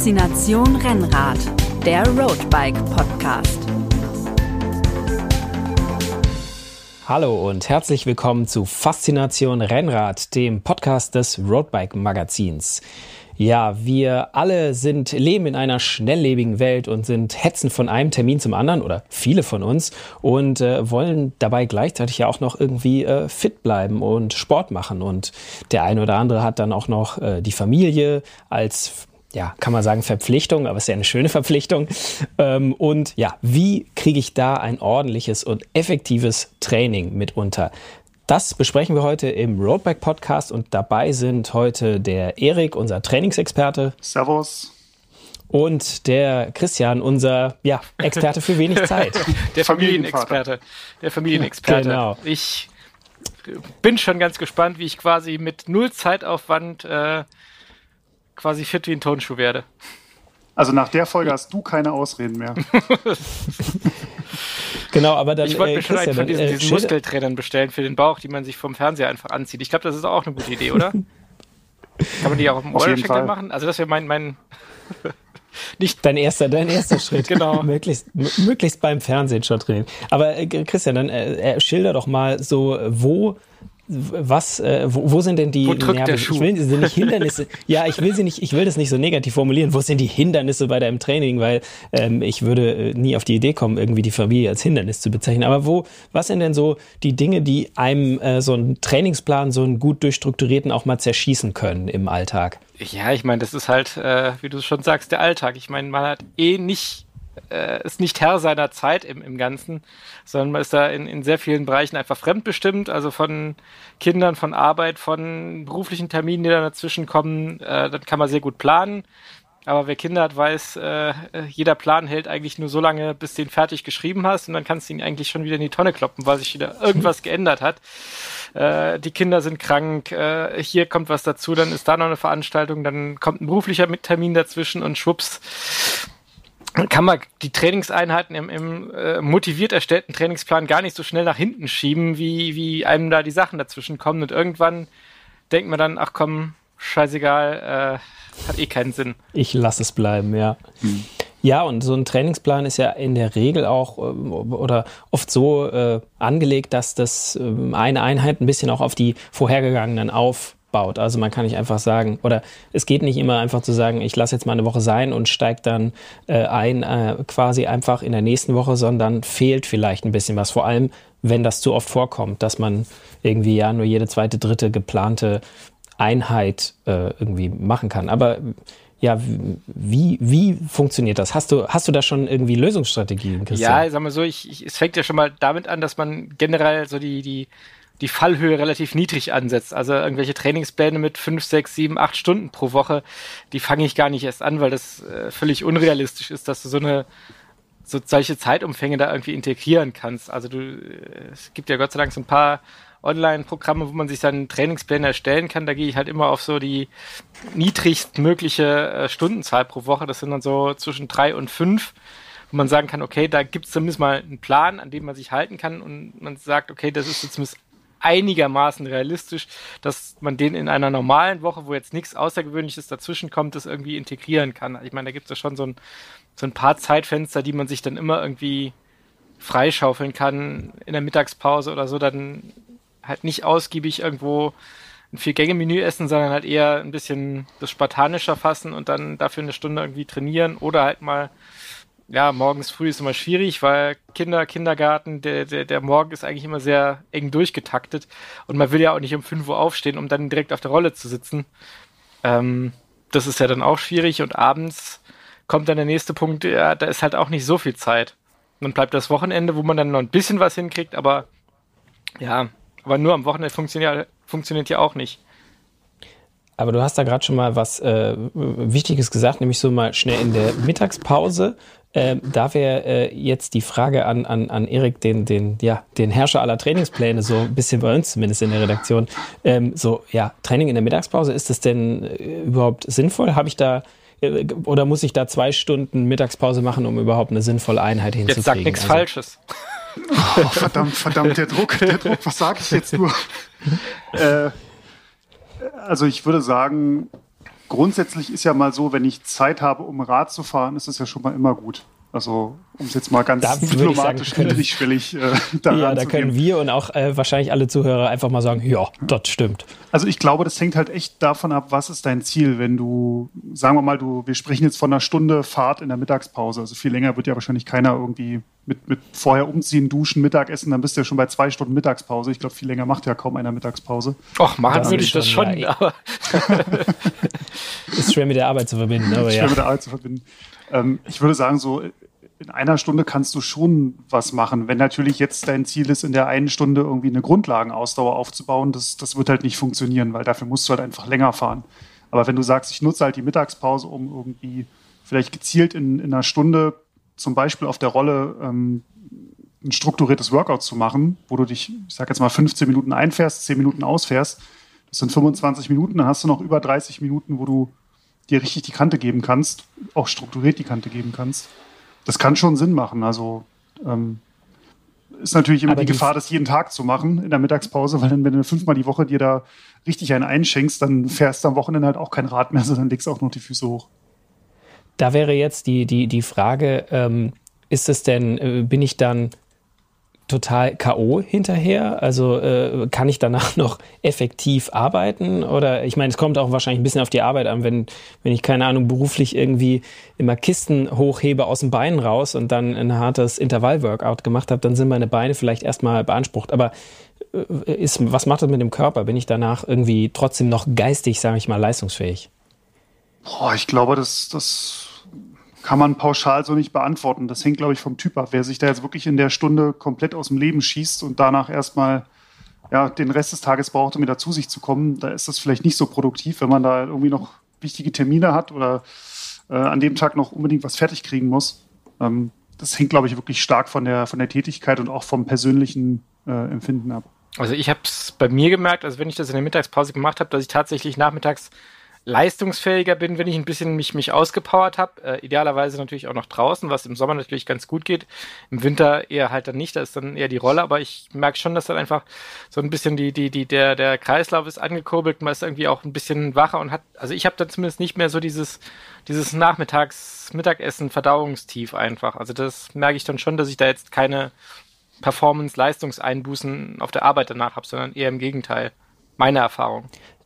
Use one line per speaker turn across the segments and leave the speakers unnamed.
Faszination Rennrad, der Roadbike Podcast.
Hallo und herzlich willkommen zu Faszination Rennrad, dem Podcast des Roadbike Magazins. Ja, wir alle leben in einer schnelllebigen Welt und sind hetzen von einem Termin zum anderen oder viele von uns und wollen dabei gleichzeitig ja auch noch irgendwie fit bleiben und Sport machen. Und der eine oder andere hat dann auch noch die Familie als, ja, kann man sagen Verpflichtung, aber es ist ja eine schöne Verpflichtung. Und ja, wie kriege ich da ein ordentliches und effektives Training mit unter? Das besprechen wir heute im Roadbike Podcast und dabei sind heute der Erik, unser Trainingsexperte.
Servus.
Und der Christian, unser Experte für wenig Zeit.
Der Familienexperte.
Genau.
Ich bin schon ganz gespannt, wie ich quasi mit null Zeitaufwand quasi fit wie ein Turnschuh werde.
Also nach der Folge hast du keine Ausreden mehr.
Genau, aber dann
ich wollte mir schon einen von diesen Muskeltrainern bestellen für den Bauch, die man sich vom Fernseher einfach anzieht. Ich glaube, das ist auch eine gute Idee, oder? Kann man die auch auf dem Oberschenkel machen? Also das wäre mein nicht
dein erster Schritt.
Genau.
möglichst beim Fernsehen schon trainieren. Aber Christian, dann schilder doch mal so, wo sind denn die
der Schuh?
Ich will sie nicht Hindernisse. Ja, ich will das nicht so negativ formulieren. Wo sind die Hindernisse bei deinem Training? Weil ich würde nie auf die Idee kommen, irgendwie die Familie als Hindernis zu bezeichnen. Aber was sind denn so die Dinge, die einem so einen Trainingsplan, so einen gut durchstrukturierten auch mal zerschießen können im Alltag?
Ja, ich meine, das ist halt, wie du schon sagst, der Alltag. Ich meine, man hat ist nicht Herr seiner Zeit im Ganzen, sondern man ist da in sehr vielen Bereichen einfach fremdbestimmt, also von Kindern, von Arbeit, von beruflichen Terminen, die da dazwischen kommen, dann kann man sehr gut planen, aber wer Kinder hat, weiß, jeder Plan hält eigentlich nur so lange, bis du ihn fertig geschrieben hast und dann kannst du ihn eigentlich schon wieder in die Tonne kloppen, weil sich wieder irgendwas geändert hat. Die Kinder sind krank, hier kommt was dazu, dann ist da noch eine Veranstaltung, dann kommt ein beruflicher Termin dazwischen und schwupps, kann man die Trainingseinheiten im motiviert erstellten Trainingsplan gar nicht so schnell nach hinten schieben, wie einem da die Sachen dazwischen kommen. Und irgendwann denkt man dann, ach komm, scheißegal, hat eh keinen Sinn.
Ich lasse es bleiben, ja. Ja, und so ein Trainingsplan ist ja in der Regel auch oder oft so angelegt, dass das eine Einheit ein bisschen auch auf die vorhergegangenen aufbaut. Also man kann nicht einfach sagen, oder es geht nicht immer einfach zu sagen, ich lasse jetzt mal eine Woche sein und steige dann quasi einfach in der nächsten Woche, sondern fehlt vielleicht ein bisschen was. Vor allem, wenn das zu oft vorkommt, dass man irgendwie ja nur jede zweite, dritte geplante Einheit irgendwie machen kann. Aber ja, wie funktioniert das? Hast du da schon irgendwie Lösungsstrategien, Christian?
Ja, sagen wir so, es fängt ja schon mal damit an, dass man generell so die Fallhöhe relativ niedrig ansetzt. Also irgendwelche Trainingspläne mit 5, 6, 7, 8 Stunden pro Woche, die fange ich gar nicht erst an, weil das völlig unrealistisch ist, dass du solche Zeitumfänge da irgendwie integrieren kannst. Also es gibt ja Gott sei Dank so ein paar Online-Programme, wo man sich dann Trainingspläne erstellen kann. Da gehe ich halt immer auf so die niedrigstmögliche Stundenzahl pro Woche. Das sind dann so zwischen 3 und 5, wo man sagen kann, okay, da gibt es zumindest mal einen Plan, an dem man sich halten kann und man sagt, okay, das ist jetzt zumindest einigermaßen realistisch, dass man den in einer normalen Woche, wo jetzt nichts Außergewöhnliches dazwischen kommt, das irgendwie integrieren kann. Ich meine, da gibt es ja schon so ein paar Zeitfenster, die man sich dann immer irgendwie freischaufeln kann in der Mittagspause oder so, dann halt nicht ausgiebig irgendwo ein 4-Gänge-Menü essen, sondern halt eher ein bisschen das spartanischer fassen und dann dafür eine Stunde irgendwie trainieren oder halt mal, ja, morgens früh ist immer schwierig, weil Kindergarten, der Morgen ist eigentlich immer sehr eng durchgetaktet und man will ja auch nicht um 5 Uhr aufstehen, um dann direkt auf der Rolle zu sitzen. Das ist ja dann auch schwierig und abends kommt dann der nächste Punkt, ja, da ist halt auch nicht so viel Zeit. Und dann bleibt das Wochenende, wo man dann noch ein bisschen was hinkriegt, aber nur am Wochenende funktioniert ja auch nicht.
Aber du hast da gerade schon mal was Wichtiges gesagt, nämlich so mal schnell in der Mittagspause. Da wäre jetzt die Frage an Erik, den Herrscher aller Trainingspläne, so ein bisschen bei uns zumindest in der Redaktion. Training in der Mittagspause, ist das denn überhaupt sinnvoll? Oder muss ich da 2 Stunden Mittagspause machen, um überhaupt eine sinnvolle Einheit hinzukriegen?
Jetzt sag nichts Falsches.
Oh, verdammt, der Druck, was sage ich jetzt nur? Also ich würde sagen, grundsätzlich ist ja mal so, wenn ich Zeit habe, um Rad zu fahren, ist es ja schon mal immer gut. Also, um es jetzt mal ganz diplomatisch, niedrigschwellig
da können wir und auch wahrscheinlich alle Zuhörer einfach mal sagen, ja, das stimmt.
Also ich glaube, das hängt halt echt davon ab, was ist dein Ziel, wenn du, sagen wir mal, wir sprechen jetzt von einer Stunde Fahrt in der Mittagspause, also viel länger wird ja wahrscheinlich keiner irgendwie mit vorher umziehen, duschen, Mittagessen, dann bist du ja schon bei 2 Stunden Mittagspause. Ich glaube, viel länger macht ja kaum einer Mittagspause.
Och, machen würde ich das schon, ja. Aber
ist schwer mit der Arbeit zu verbinden. Aber
schwer mit der Arbeit zu verbinden. Ich würde sagen, so in einer Stunde kannst du schon was machen. Wenn natürlich jetzt dein Ziel ist, in der einen Stunde irgendwie eine Grundlagenausdauer aufzubauen, das wird halt nicht funktionieren, weil dafür musst du halt einfach länger fahren. Aber wenn du sagst, ich nutze halt die Mittagspause, um irgendwie vielleicht gezielt in einer Stunde zum Beispiel auf der Rolle ein strukturiertes Workout zu machen, wo du dich, ich sag jetzt mal 15 Minuten einfährst, 10 Minuten ausfährst, das sind 25 Minuten, dann hast du noch über 30 Minuten, wo du dir richtig die Kante geben kannst, auch strukturiert die Kante geben kannst. Das kann schon Sinn machen. Also ist natürlich immer die Gefahr, das jeden Tag zu machen in der Mittagspause, weil dann, wenn du 5-mal die Woche dir da richtig einen einschenkst, dann fährst du am Wochenende halt auch kein Rad mehr, sondern legst auch noch die Füße hoch.
Da wäre jetzt die Frage, ist es denn, bin ich dann total K.O. hinterher? Also kann ich danach noch effektiv arbeiten? Oder ich meine, es kommt auch wahrscheinlich ein bisschen auf die Arbeit an, wenn ich, keine Ahnung, beruflich irgendwie immer Kisten hochhebe aus den Beinen raus und dann ein hartes Intervall-Workout gemacht habe, dann sind meine Beine vielleicht erstmal beansprucht. Aber was macht das mit dem Körper? Bin ich danach irgendwie trotzdem noch geistig, sage ich mal, leistungsfähig?
Ich glaube, das kann man pauschal so nicht beantworten. Das hängt, glaube ich, vom Typ ab. Wer sich da jetzt wirklich in der Stunde komplett aus dem Leben schießt und danach erstmal den Rest des Tages braucht, um wieder zu sich zu kommen, da ist das vielleicht nicht so produktiv, wenn man da irgendwie noch wichtige Termine hat oder an dem Tag noch unbedingt was fertig kriegen muss. Das hängt, glaube ich, wirklich stark von der Tätigkeit und auch vom persönlichen Empfinden ab.
Also ich habe es bei mir gemerkt, also wenn ich das in der Mittagspause gemacht habe, dass ich tatsächlich nachmittags leistungsfähiger bin, wenn ich ein bisschen mich ausgepowert habe. Idealerweise natürlich auch noch draußen, was im Sommer natürlich ganz gut geht. Im Winter eher halt dann nicht, da ist dann eher die Rolle, aber ich merke schon, dass dann einfach so ein bisschen der Kreislauf ist angekurbelt, man ist irgendwie auch ein bisschen wacher und also ich habe dann zumindest nicht mehr so dieses Mittagessen Verdauungstief einfach. Also das merke ich dann schon, dass ich da jetzt keine Performance-Leistungseinbußen auf der Arbeit danach habe, sondern eher im Gegenteil. Meine Erfahrung.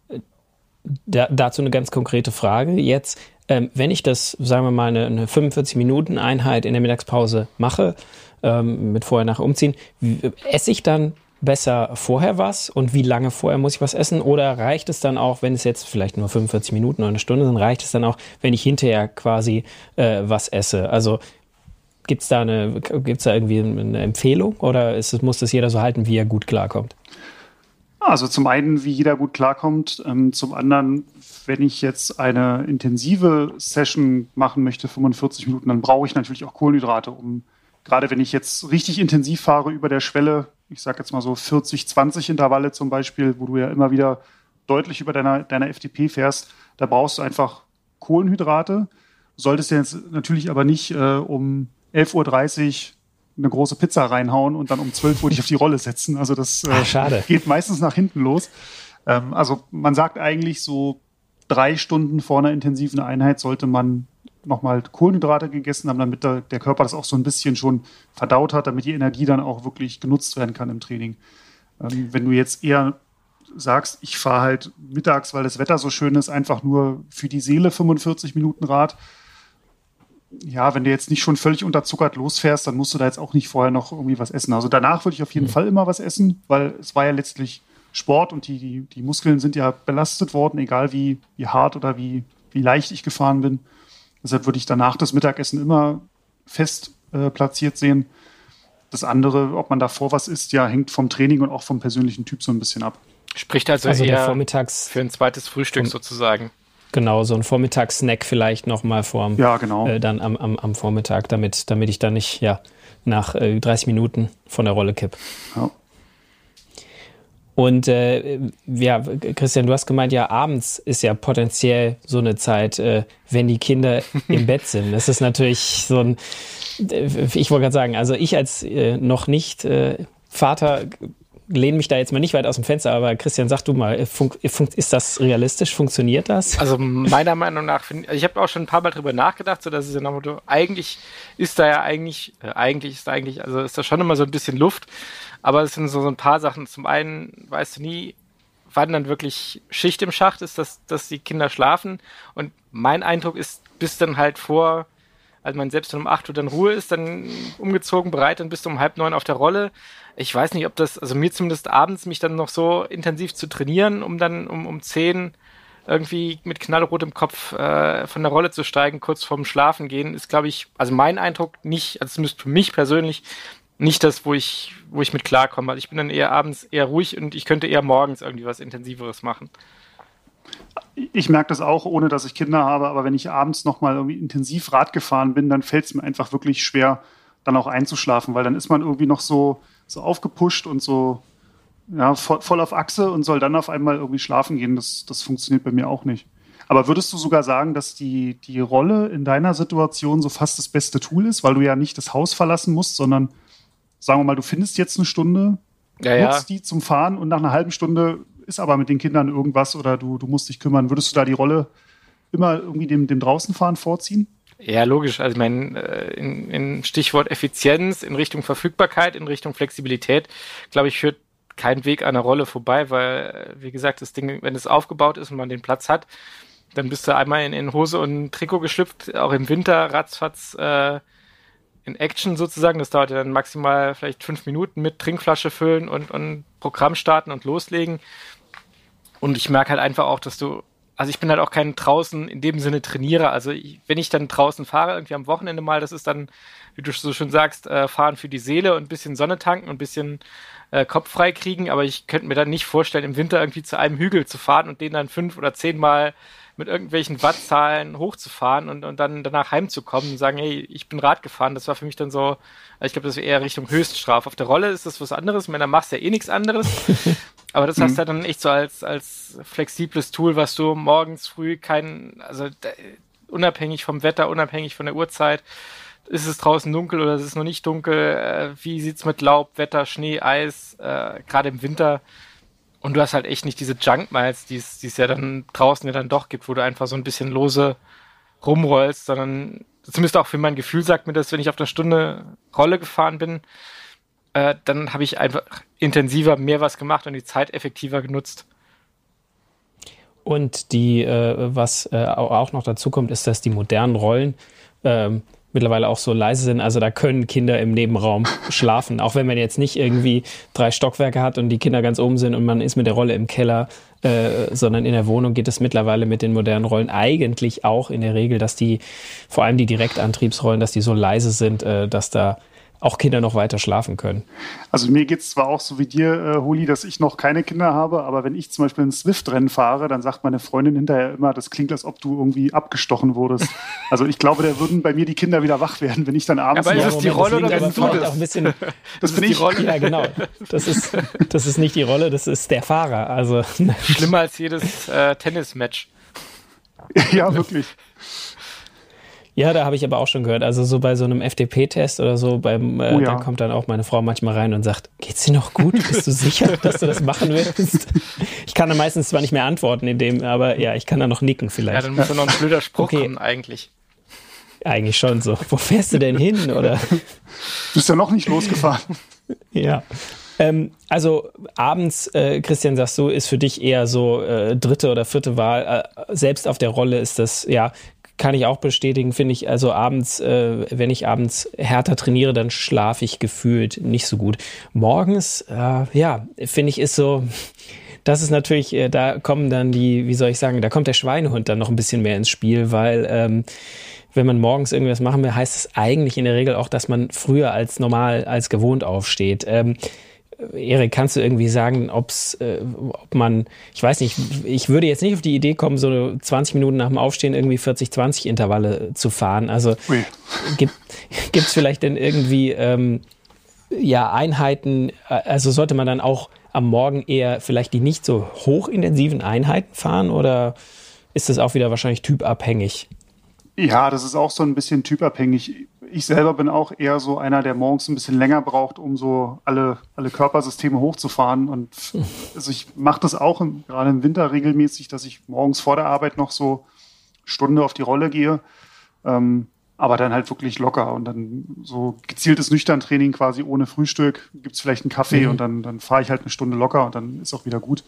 Dazu eine ganz konkrete Frage. Jetzt, wenn ich das, sagen wir mal, eine 45-Minuten-Einheit in der Mittagspause mache, mit vorher nachher umziehen, esse ich dann besser vorher was und wie lange vorher muss ich was essen? Oder reicht es dann auch, wenn es jetzt vielleicht nur 45 Minuten oder eine Stunde sind, reicht es dann auch, wenn ich hinterher quasi was esse? Also gibt's da irgendwie eine Empfehlung oder muss das jeder so halten, wie er gut klarkommt?
Also zum einen, wie jeder gut klarkommt. Zum anderen, wenn ich jetzt eine intensive Session machen möchte, 45 Minuten, dann brauche ich natürlich auch Kohlenhydrate, gerade wenn ich jetzt richtig intensiv fahre über der Schwelle, ich sage jetzt mal so 40-20 Intervalle zum Beispiel, wo du ja immer wieder deutlich über deiner FTP fährst, da brauchst du einfach Kohlenhydrate. Solltest du jetzt natürlich aber nicht um 11:30 Uhr eine große Pizza reinhauen und dann um 12 Uhr dich auf die Rolle setzen. Also das geht meistens nach hinten los. Also man sagt eigentlich so 3 Stunden vor einer intensiven Einheit sollte man nochmal Kohlenhydrate gegessen haben, damit der Körper das auch so ein bisschen schon verdaut hat, damit die Energie dann auch wirklich genutzt werden kann im Training. Wenn du jetzt eher sagst, ich fahre halt mittags, weil das Wetter so schön ist, einfach nur für die Seele 45 Minuten Rad, ja, wenn du jetzt nicht schon völlig unterzuckert losfährst, dann musst du da jetzt auch nicht vorher noch irgendwie was essen. Also danach würde ich auf jeden Fall immer was essen, weil es war ja letztlich Sport und die Muskeln sind ja belastet worden, egal wie hart oder wie leicht ich gefahren bin. Deshalb würde ich danach das Mittagessen immer fest platziert sehen. Das andere, ob man davor was isst, ja, hängt vom Training und auch vom persönlichen Typ so ein bisschen ab.
Spricht also eher vormittags für ein zweites Frühstück sozusagen.
Genau, so ein Vormittagssnack vielleicht nochmal dann am Vormittag, damit ich dann nicht nach 30 Minuten von der Rolle kipp. Ja. Und Christian, du hast gemeint, ja, abends ist ja potenziell so eine Zeit, wenn die Kinder im Bett sind. Das ist natürlich so ich wollte gerade sagen, also ich als noch nicht Vater lehne mich da jetzt mal nicht weit aus dem Fenster, aber Christian, sag du mal, ist das realistisch? Funktioniert das?
Also meiner Meinung nach, ich habe auch schon ein paar Mal drüber nachgedacht, so dass es ja nach dem Motto, eigentlich ist da schon immer so ein bisschen Luft, aber es sind so ein paar Sachen. Zum einen weißt du nie, wann dann wirklich Schicht im Schacht ist, dass die Kinder schlafen, und mein Eindruck ist, bis dann halt also man selbst um 8 Uhr dann Ruhe ist, dann umgezogen, bereit, dann bist du um 8:30 auf der Rolle. Ich weiß nicht, ob das, also mir zumindest abends, mich dann noch so intensiv zu trainieren, um dann um 10 irgendwie mit knallrotem Kopf von der Rolle zu steigen, kurz vorm Schlafen gehen, ist, glaube ich, also mein Eindruck nicht, also zumindest für mich persönlich, nicht das, wo ich mit klarkomme. Also ich bin dann eher abends eher ruhig und ich könnte eher morgens irgendwie was Intensiveres machen.
Ich merke das auch, ohne dass ich Kinder habe, aber wenn ich abends nochmal irgendwie intensiv Rad gefahren bin, dann fällt es mir einfach wirklich schwer, dann auch einzuschlafen, weil dann ist man irgendwie noch so aufgepusht und so voll auf Achse und soll dann auf einmal irgendwie schlafen gehen. Das funktioniert bei mir auch nicht. Aber würdest du sogar sagen, dass die Rolle in deiner Situation so fast das beste Tool ist, weil du ja nicht das Haus verlassen musst, sondern sagen wir mal, du findest jetzt eine Stunde, nutzt die zum Fahren und nach einer halben Stunde ist aber mit den Kindern irgendwas oder du musst dich kümmern. Würdest du da die Rolle immer irgendwie dem Draußenfahren vorziehen?
Ja, logisch. Also ich meine, in Stichwort Effizienz, in Richtung Verfügbarkeit, in Richtung Flexibilität, glaube ich, führt kein Weg an der Rolle vorbei, weil, wie gesagt, das Ding, wenn es aufgebaut ist und man den Platz hat, dann bist du einmal in Hose und Trikot geschlüpft, auch im Winter ratzfatz in Action sozusagen. Das dauert ja dann maximal vielleicht 5 Minuten mit Trinkflasche füllen und Programm starten und loslegen. Und ich merke halt einfach auch, also ich bin halt auch kein draußen in dem Sinne Trainierer. Also wenn ich dann draußen fahre, irgendwie am Wochenende mal, das ist dann, wie du so schön sagst, fahren für die Seele und ein bisschen Sonne tanken und ein bisschen Kopf frei kriegen. Aber ich könnte mir dann nicht vorstellen, im Winter irgendwie zu einem Hügel zu fahren und den dann 5 oder 10 Mal mit irgendwelchen Wattzahlen hochzufahren und dann danach heimzukommen und sagen, hey, ich bin Rad gefahren. Das war für mich dann so, ich glaube, das wäre eher Richtung Höchststrafe. Auf der Rolle ist das was anderes, wenn du machst ja eh nichts anderes. Aber das hast du dann echt so als flexibles Tool, was du morgens früh unabhängig vom Wetter, unabhängig von der Uhrzeit, ist es draußen dunkel oder ist es noch nicht dunkel, wie sieht's mit Laub, Wetter, Schnee, Eis, gerade im Winter. Und du hast halt echt nicht diese Junk Miles, die es ja dann draußen ja dann doch gibt, wo du einfach so ein bisschen lose rumrollst, sondern zumindest auch für mein Gefühl sagt mir das, wenn ich auf einer Stunde Rolle gefahren bin, dann habe ich einfach intensiver mehr was gemacht und die Zeit effektiver genutzt.
Und was auch noch dazu kommt, ist, dass die modernen Rollen mittlerweile auch so leise sind. Also da können Kinder im Nebenraum schlafen. Auch wenn man jetzt nicht irgendwie 3 Stockwerke hat und die Kinder ganz oben sind und man ist mit der Rolle im Keller, sondern in der Wohnung geht es mittlerweile mit den modernen Rollen eigentlich auch in der Regel, dass vor allem die Direktantriebsrollen, dass die so leise sind, dass da auch Kinder noch weiter schlafen können.
Also mir geht es zwar auch so wie dir, Holi, dass ich noch keine Kinder habe, aber wenn ich zum Beispiel ein Swift-Rennen fahre, dann sagt meine Freundin hinterher immer, das klingt, als ob du irgendwie abgestochen wurdest. Also ich glaube, da würden bei mir die Kinder wieder wach werden, wenn ich dann abends...
Aber ist es die Rolle oder bist du das?
Auch ein bisschen,
das bin ich.
Rolle. Ja, genau. Das ist nicht die Rolle, das ist der Fahrer. Also
schlimmer als jedes Tennismatch.
Ja, wirklich.
Ja, da habe ich aber auch schon gehört, also so bei so einem FDP-Test oder so, da kommt dann auch meine Frau manchmal rein und sagt, geht's dir noch gut? Bist du sicher, dass du das machen willst? Ich kann dann meistens zwar nicht mehr antworten aber ja, ich kann dann noch nicken vielleicht.
Ja, dann muss ja noch ein blöder Spruch kommen eigentlich.
Eigentlich schon so. Wo fährst du denn hin? Oder?
Du bist ja noch nicht losgefahren.
Ja. Also abends, Christian, sagst du, ist für dich eher so 3. oder 4. Wahl. Selbst auf der Rolle ist das, ja, kann ich auch bestätigen, finde ich, also abends, wenn ich abends härter trainiere, dann schlafe ich gefühlt nicht so gut. Morgens, finde ich, ist so, das ist natürlich, da kommen dann da kommt der Schweinehund dann noch ein bisschen mehr ins Spiel, weil wenn man morgens irgendwas machen will, heißt es eigentlich in der Regel auch, dass man früher als gewohnt aufsteht. Erik, kannst du irgendwie sagen, ob man, ich weiß nicht, ich würde jetzt nicht auf die Idee kommen, so 20 Minuten nach dem Aufstehen irgendwie 40-20 Intervalle zu fahren. Also gibt's vielleicht denn irgendwie Einheiten, also sollte man dann auch am Morgen eher vielleicht die nicht so hochintensiven Einheiten fahren oder ist das auch wieder wahrscheinlich typabhängig?
Ja, das ist auch so ein bisschen typabhängig. Ich selber bin auch eher so einer, der morgens ein bisschen länger braucht, um so alle Körpersysteme hochzufahren. Und also ich mache das auch gerade im Winter regelmäßig, dass ich morgens vor der Arbeit noch so eine Stunde auf die Rolle gehe. Aber dann halt wirklich locker und dann so gezieltes Nüchterntraining quasi ohne Frühstück. Gibt es vielleicht einen Kaffee und dann fahre ich halt eine Stunde locker und dann ist auch wieder gut.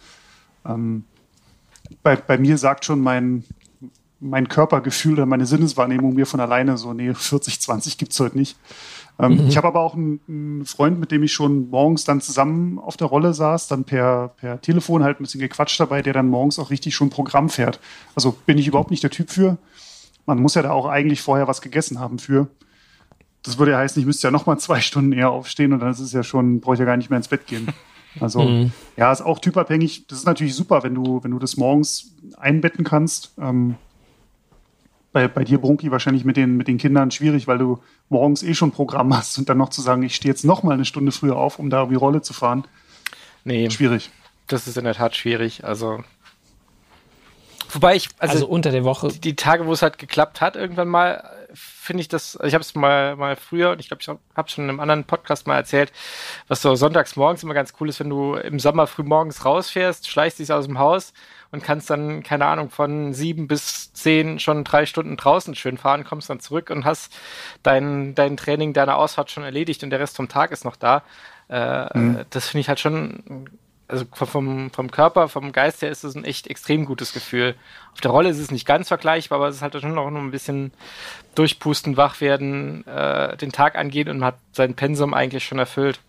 Bei mir sagt schon mein Körpergefühl oder meine Sinneswahrnehmung mir von alleine so, nee, 40-20 gibt es heute nicht. Ich habe aber auch einen Freund, mit dem ich schon morgens dann zusammen auf der Rolle saß, dann per Telefon halt ein bisschen gequatscht dabei, der dann morgens auch richtig schon Programm fährt. Also bin ich überhaupt nicht der Typ für. Man muss ja da auch eigentlich vorher was gegessen haben für. Das würde ja heißen, ich müsste ja noch mal 2 Stunden eher aufstehen und dann ist es ja schon, brauche ich ja gar nicht mehr ins Bett gehen. Also ja, ist auch typabhängig. Das ist natürlich super, wenn du das morgens einbetten kannst. Bei dir, Brunki, wahrscheinlich mit den Kindern schwierig, weil du morgens schon Programm hast und dann noch zu sagen, ich stehe jetzt noch mal eine Stunde früher auf, um da die Rolle zu fahren.
Nee,
schwierig.
Das ist in der Tat schwierig. Also wobei also
unter der Woche.
Die Tage, wo es halt geklappt hat, irgendwann mal, finde ich das, ich habe es mal früher, und ich glaube, ich habe es schon in einem anderen Podcast mal erzählt, was so sonntags morgens immer ganz cool ist, wenn du im Sommer früh morgens rausfährst, schleichst dich aus dem Haus und kannst dann, keine Ahnung, von 7 bis 10 schon 3 Stunden draußen schön fahren, kommst dann zurück und hast dein Training, deine Ausfahrt schon erledigt und der Rest vom Tag ist noch da. Das finde ich halt schon, also vom Körper, vom Geist her ist es ein echt extrem gutes Gefühl. Auf der Rolle ist es nicht ganz vergleichbar, aber es ist halt schon noch ein bisschen durchpusten, wach werden, den Tag angehen und man hat sein Pensum eigentlich schon erfüllt.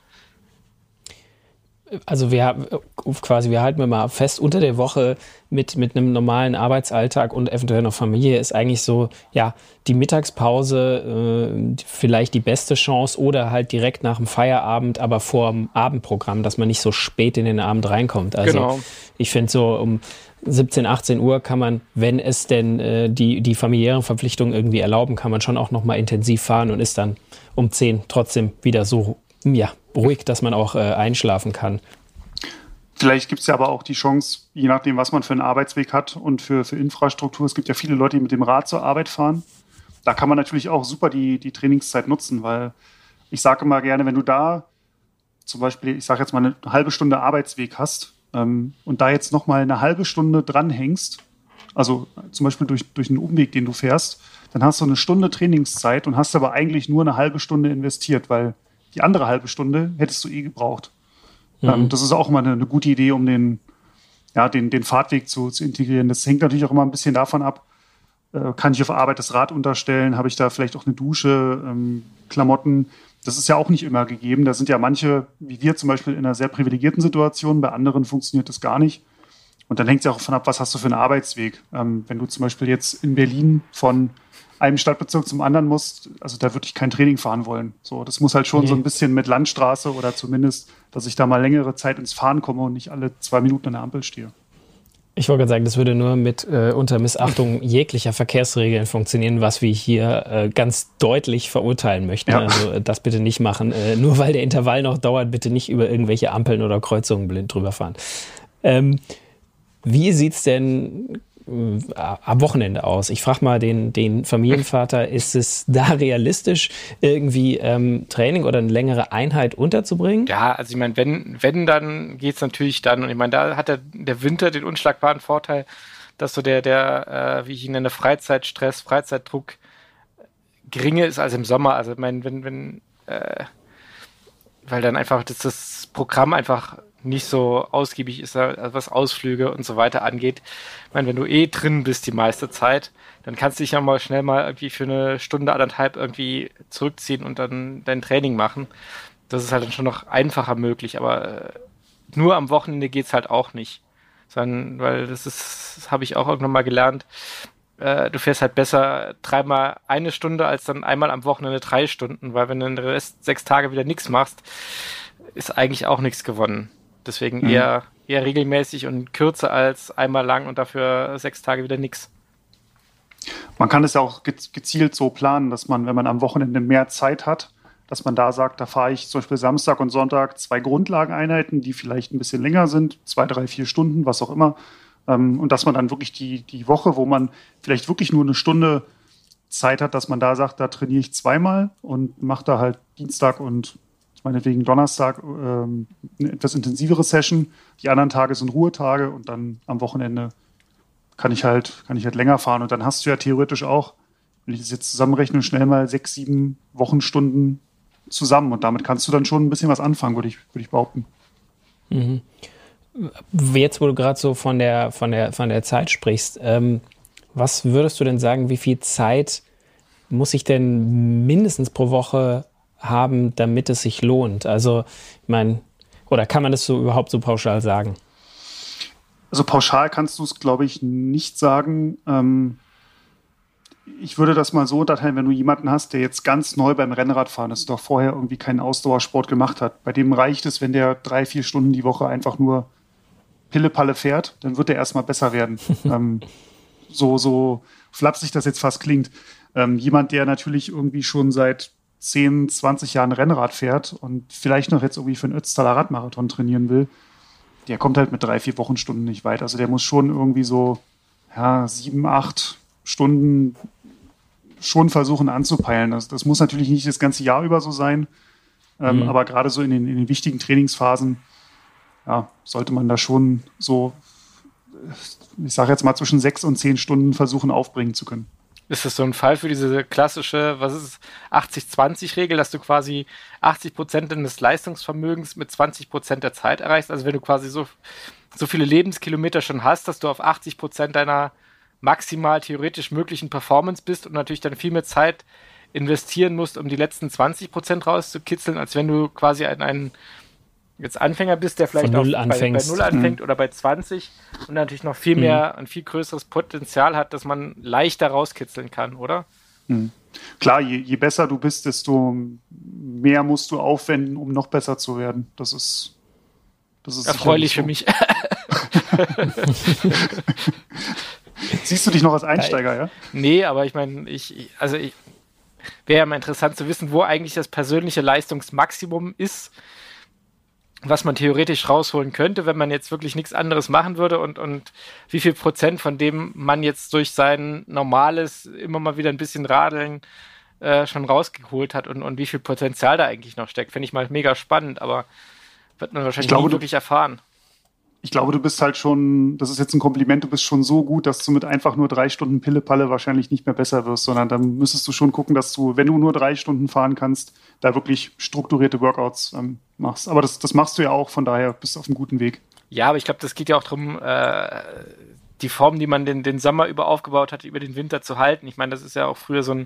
Also wir halten mal fest, unter der Woche mit einem normalen Arbeitsalltag und eventuell noch Familie ist eigentlich so, ja, die Mittagspause vielleicht die beste Chance oder halt direkt nach dem Feierabend, aber vor dem Abendprogramm, dass man nicht so spät in den Abend reinkommt. Also genau. Ich finde so um 17, 18 Uhr kann man, wenn es denn die familiären Verpflichtungen irgendwie erlauben, kann man schon auch noch mal intensiv fahren und ist dann um 10 trotzdem wieder so, ja, ruhig, dass man auch einschlafen kann.
Vielleicht gibt es ja aber auch die Chance, je nachdem, was man für einen Arbeitsweg hat und für Infrastruktur. Es gibt ja viele Leute, die mit dem Rad zur Arbeit fahren. Da kann man natürlich auch super die Trainingszeit nutzen, weil ich sage immer gerne, wenn du da zum Beispiel, ich sage jetzt mal, eine halbe Stunde Arbeitsweg hast und da jetzt nochmal eine halbe Stunde dranhängst, also zum Beispiel durch einen Umweg, den du fährst, dann hast du eine Stunde Trainingszeit und hast aber eigentlich nur eine halbe Stunde investiert, weil die andere halbe Stunde hättest du gebraucht. Das ist auch immer eine gute Idee, um den Fahrtweg zu integrieren. Das hängt natürlich auch immer ein bisschen davon ab, kann ich auf Arbeit das Rad unterstellen, habe ich da vielleicht auch eine Dusche, Klamotten. Das ist ja auch nicht immer gegeben. Da sind ja manche, wie wir zum Beispiel, in einer sehr privilegierten Situation, bei anderen funktioniert das gar nicht. Und dann hängt es ja auch davon ab, was hast du für einen Arbeitsweg. Wenn du zum Beispiel jetzt in Berlin von einem Stadtbezirk zum anderen musst, also da würde ich kein Training fahren wollen. So, das muss halt schon so ein bisschen mit Landstraße oder zumindest, dass ich da mal längere Zeit ins Fahren komme und nicht alle 2 Minuten an der Ampel stehe.
Ich wollte gerade sagen, das würde nur mit unter Missachtung jeglicher Verkehrsregeln funktionieren, was wir hier ganz deutlich verurteilen möchten. Ja. Also das bitte nicht machen. Nur weil der Intervall noch dauert, bitte nicht über irgendwelche Ampeln oder Kreuzungen blind drüber fahren. Wie sieht's denn am Wochenende aus? Ich frage mal den Familienvater, ist es da realistisch, irgendwie Training oder eine längere Einheit unterzubringen?
Ja, also ich meine, wenn dann geht es natürlich dann, und ich meine, da hat der Winter den unschlagbaren Vorteil, dass so der wie ich ihn nenne, Freizeitstress, Freizeitdruck geringer ist als im Sommer. Also ich meine, weil dann einfach das Programm einfach nicht so ausgiebig ist, was Ausflüge und so weiter angeht. Ich meine, wenn du drin bist die meiste Zeit, dann kannst du dich ja mal schnell mal irgendwie für eine Stunde, 1,5 irgendwie zurückziehen und dann dein Training machen. Das ist halt dann schon noch einfacher möglich, aber nur am Wochenende geht's halt auch nicht. Sondern, weil das habe ich auch irgendwann mal gelernt, du fährst halt besser 3-mal 1 Stunde als dann einmal am Wochenende 3 Stunden, weil wenn du den Rest 6 Tage wieder nichts machst, ist eigentlich auch nichts gewonnen. Deswegen eher regelmäßig und kürzer als einmal lang und dafür 6 Tage wieder nichts.
Man kann es ja auch gezielt so planen, dass man, wenn man am Wochenende mehr Zeit hat, dass man da sagt, da fahre ich zum Beispiel Samstag und Sonntag 2 Grundlageneinheiten, die vielleicht ein bisschen länger sind, 2, 3, 4 Stunden, was auch immer. Und dass man dann wirklich die Woche, wo man vielleicht wirklich nur eine Stunde Zeit hat, dass man da sagt, da trainiere ich zweimal und mache da halt Dienstag und meinetwegen Donnerstag eine etwas intensivere Session. Die anderen Tage sind Ruhetage und dann am Wochenende kann ich halt länger fahren. Und dann hast du ja theoretisch auch, wenn ich das jetzt zusammenrechne, schnell mal 6, 7 Wochenstunden zusammen. Und damit kannst du dann schon ein bisschen was anfangen, würde ich behaupten.
Mhm. Jetzt, wo du gerade so von der Zeit sprichst, was würdest du denn sagen, wie viel Zeit muss ich denn mindestens pro Woche haben, damit es sich lohnt? Also, ich meine, oder kann man das so überhaupt so pauschal sagen?
Also pauschal kannst du es, glaube ich, nicht sagen. Ich würde das mal so unterteilen, wenn du jemanden hast, der jetzt ganz neu beim Rennradfahren ist, doch vorher irgendwie keinen Ausdauersport gemacht hat. Bei dem reicht es, wenn der 3, 4 Stunden die Woche einfach nur Pille-Palle fährt, dann wird der erstmal besser werden. So flapsig das jetzt fast klingt. Jemand, der natürlich irgendwie schon seit 10, 20 Jahren Rennrad fährt und vielleicht noch jetzt irgendwie für einen Ötztaler Radmarathon trainieren will, der kommt halt mit 3, 4 Wochenstunden nicht weit. Also der muss schon irgendwie so 7, 8 Stunden schon versuchen anzupeilen. Das muss natürlich nicht das ganze Jahr über so sein, aber gerade so in den wichtigen Trainingsphasen sollte man da schon so, ich sage jetzt mal, zwischen 6 und 10 Stunden versuchen aufbringen zu können.
Ist das so ein Fall für diese klassische, 80-20-Regel, dass du quasi 80% deines Leistungsvermögens mit 20% der Zeit erreichst? Also wenn du quasi so viele Lebenskilometer schon hast, dass du auf 80% deiner maximal theoretisch möglichen Performance bist und natürlich dann viel mehr Zeit investieren musst, um die letzten 20% rauszukitzeln, als wenn du quasi einen jetzt Anfänger bist, der vielleicht auch bei 0 anfängt oder bei 20 und natürlich noch viel mehr, ein viel größeres Potenzial hat, dass man leichter rauskitzeln kann, oder?
Klar, je besser du bist, desto mehr musst du aufwenden, um noch besser zu werden. Das ist
erfreulich so für mich.
Siehst du dich noch als Einsteiger, ja?
Nee, aber ich meine, wäre ja mal interessant zu wissen, wo eigentlich das persönliche Leistungsmaximum ist, was man theoretisch rausholen könnte, wenn man jetzt wirklich nichts anderes machen würde und wie viel Prozent von dem man jetzt durch sein normales, immer mal wieder ein bisschen Radeln schon rausgeholt hat und wie viel Potenzial da eigentlich noch steckt. Finde ich mal mega spannend, aber wird man wahrscheinlich nie wirklich erfahren.
Ich glaube, du bist halt schon, das ist jetzt ein Kompliment, du bist schon so gut, dass du mit einfach nur 3 Stunden Pille-Palle wahrscheinlich nicht mehr besser wirst, sondern dann müsstest du schon gucken, dass du, wenn du nur 3 Stunden fahren kannst, da wirklich strukturierte Workouts machst. Aber das machst du ja auch, von daher bist du auf einem guten Weg. Ja,
aber ich glaube, das geht ja auch darum, die Form, die man den Sommer über aufgebaut hat, über den Winter zu halten. Ich meine, das ist ja auch früher so ein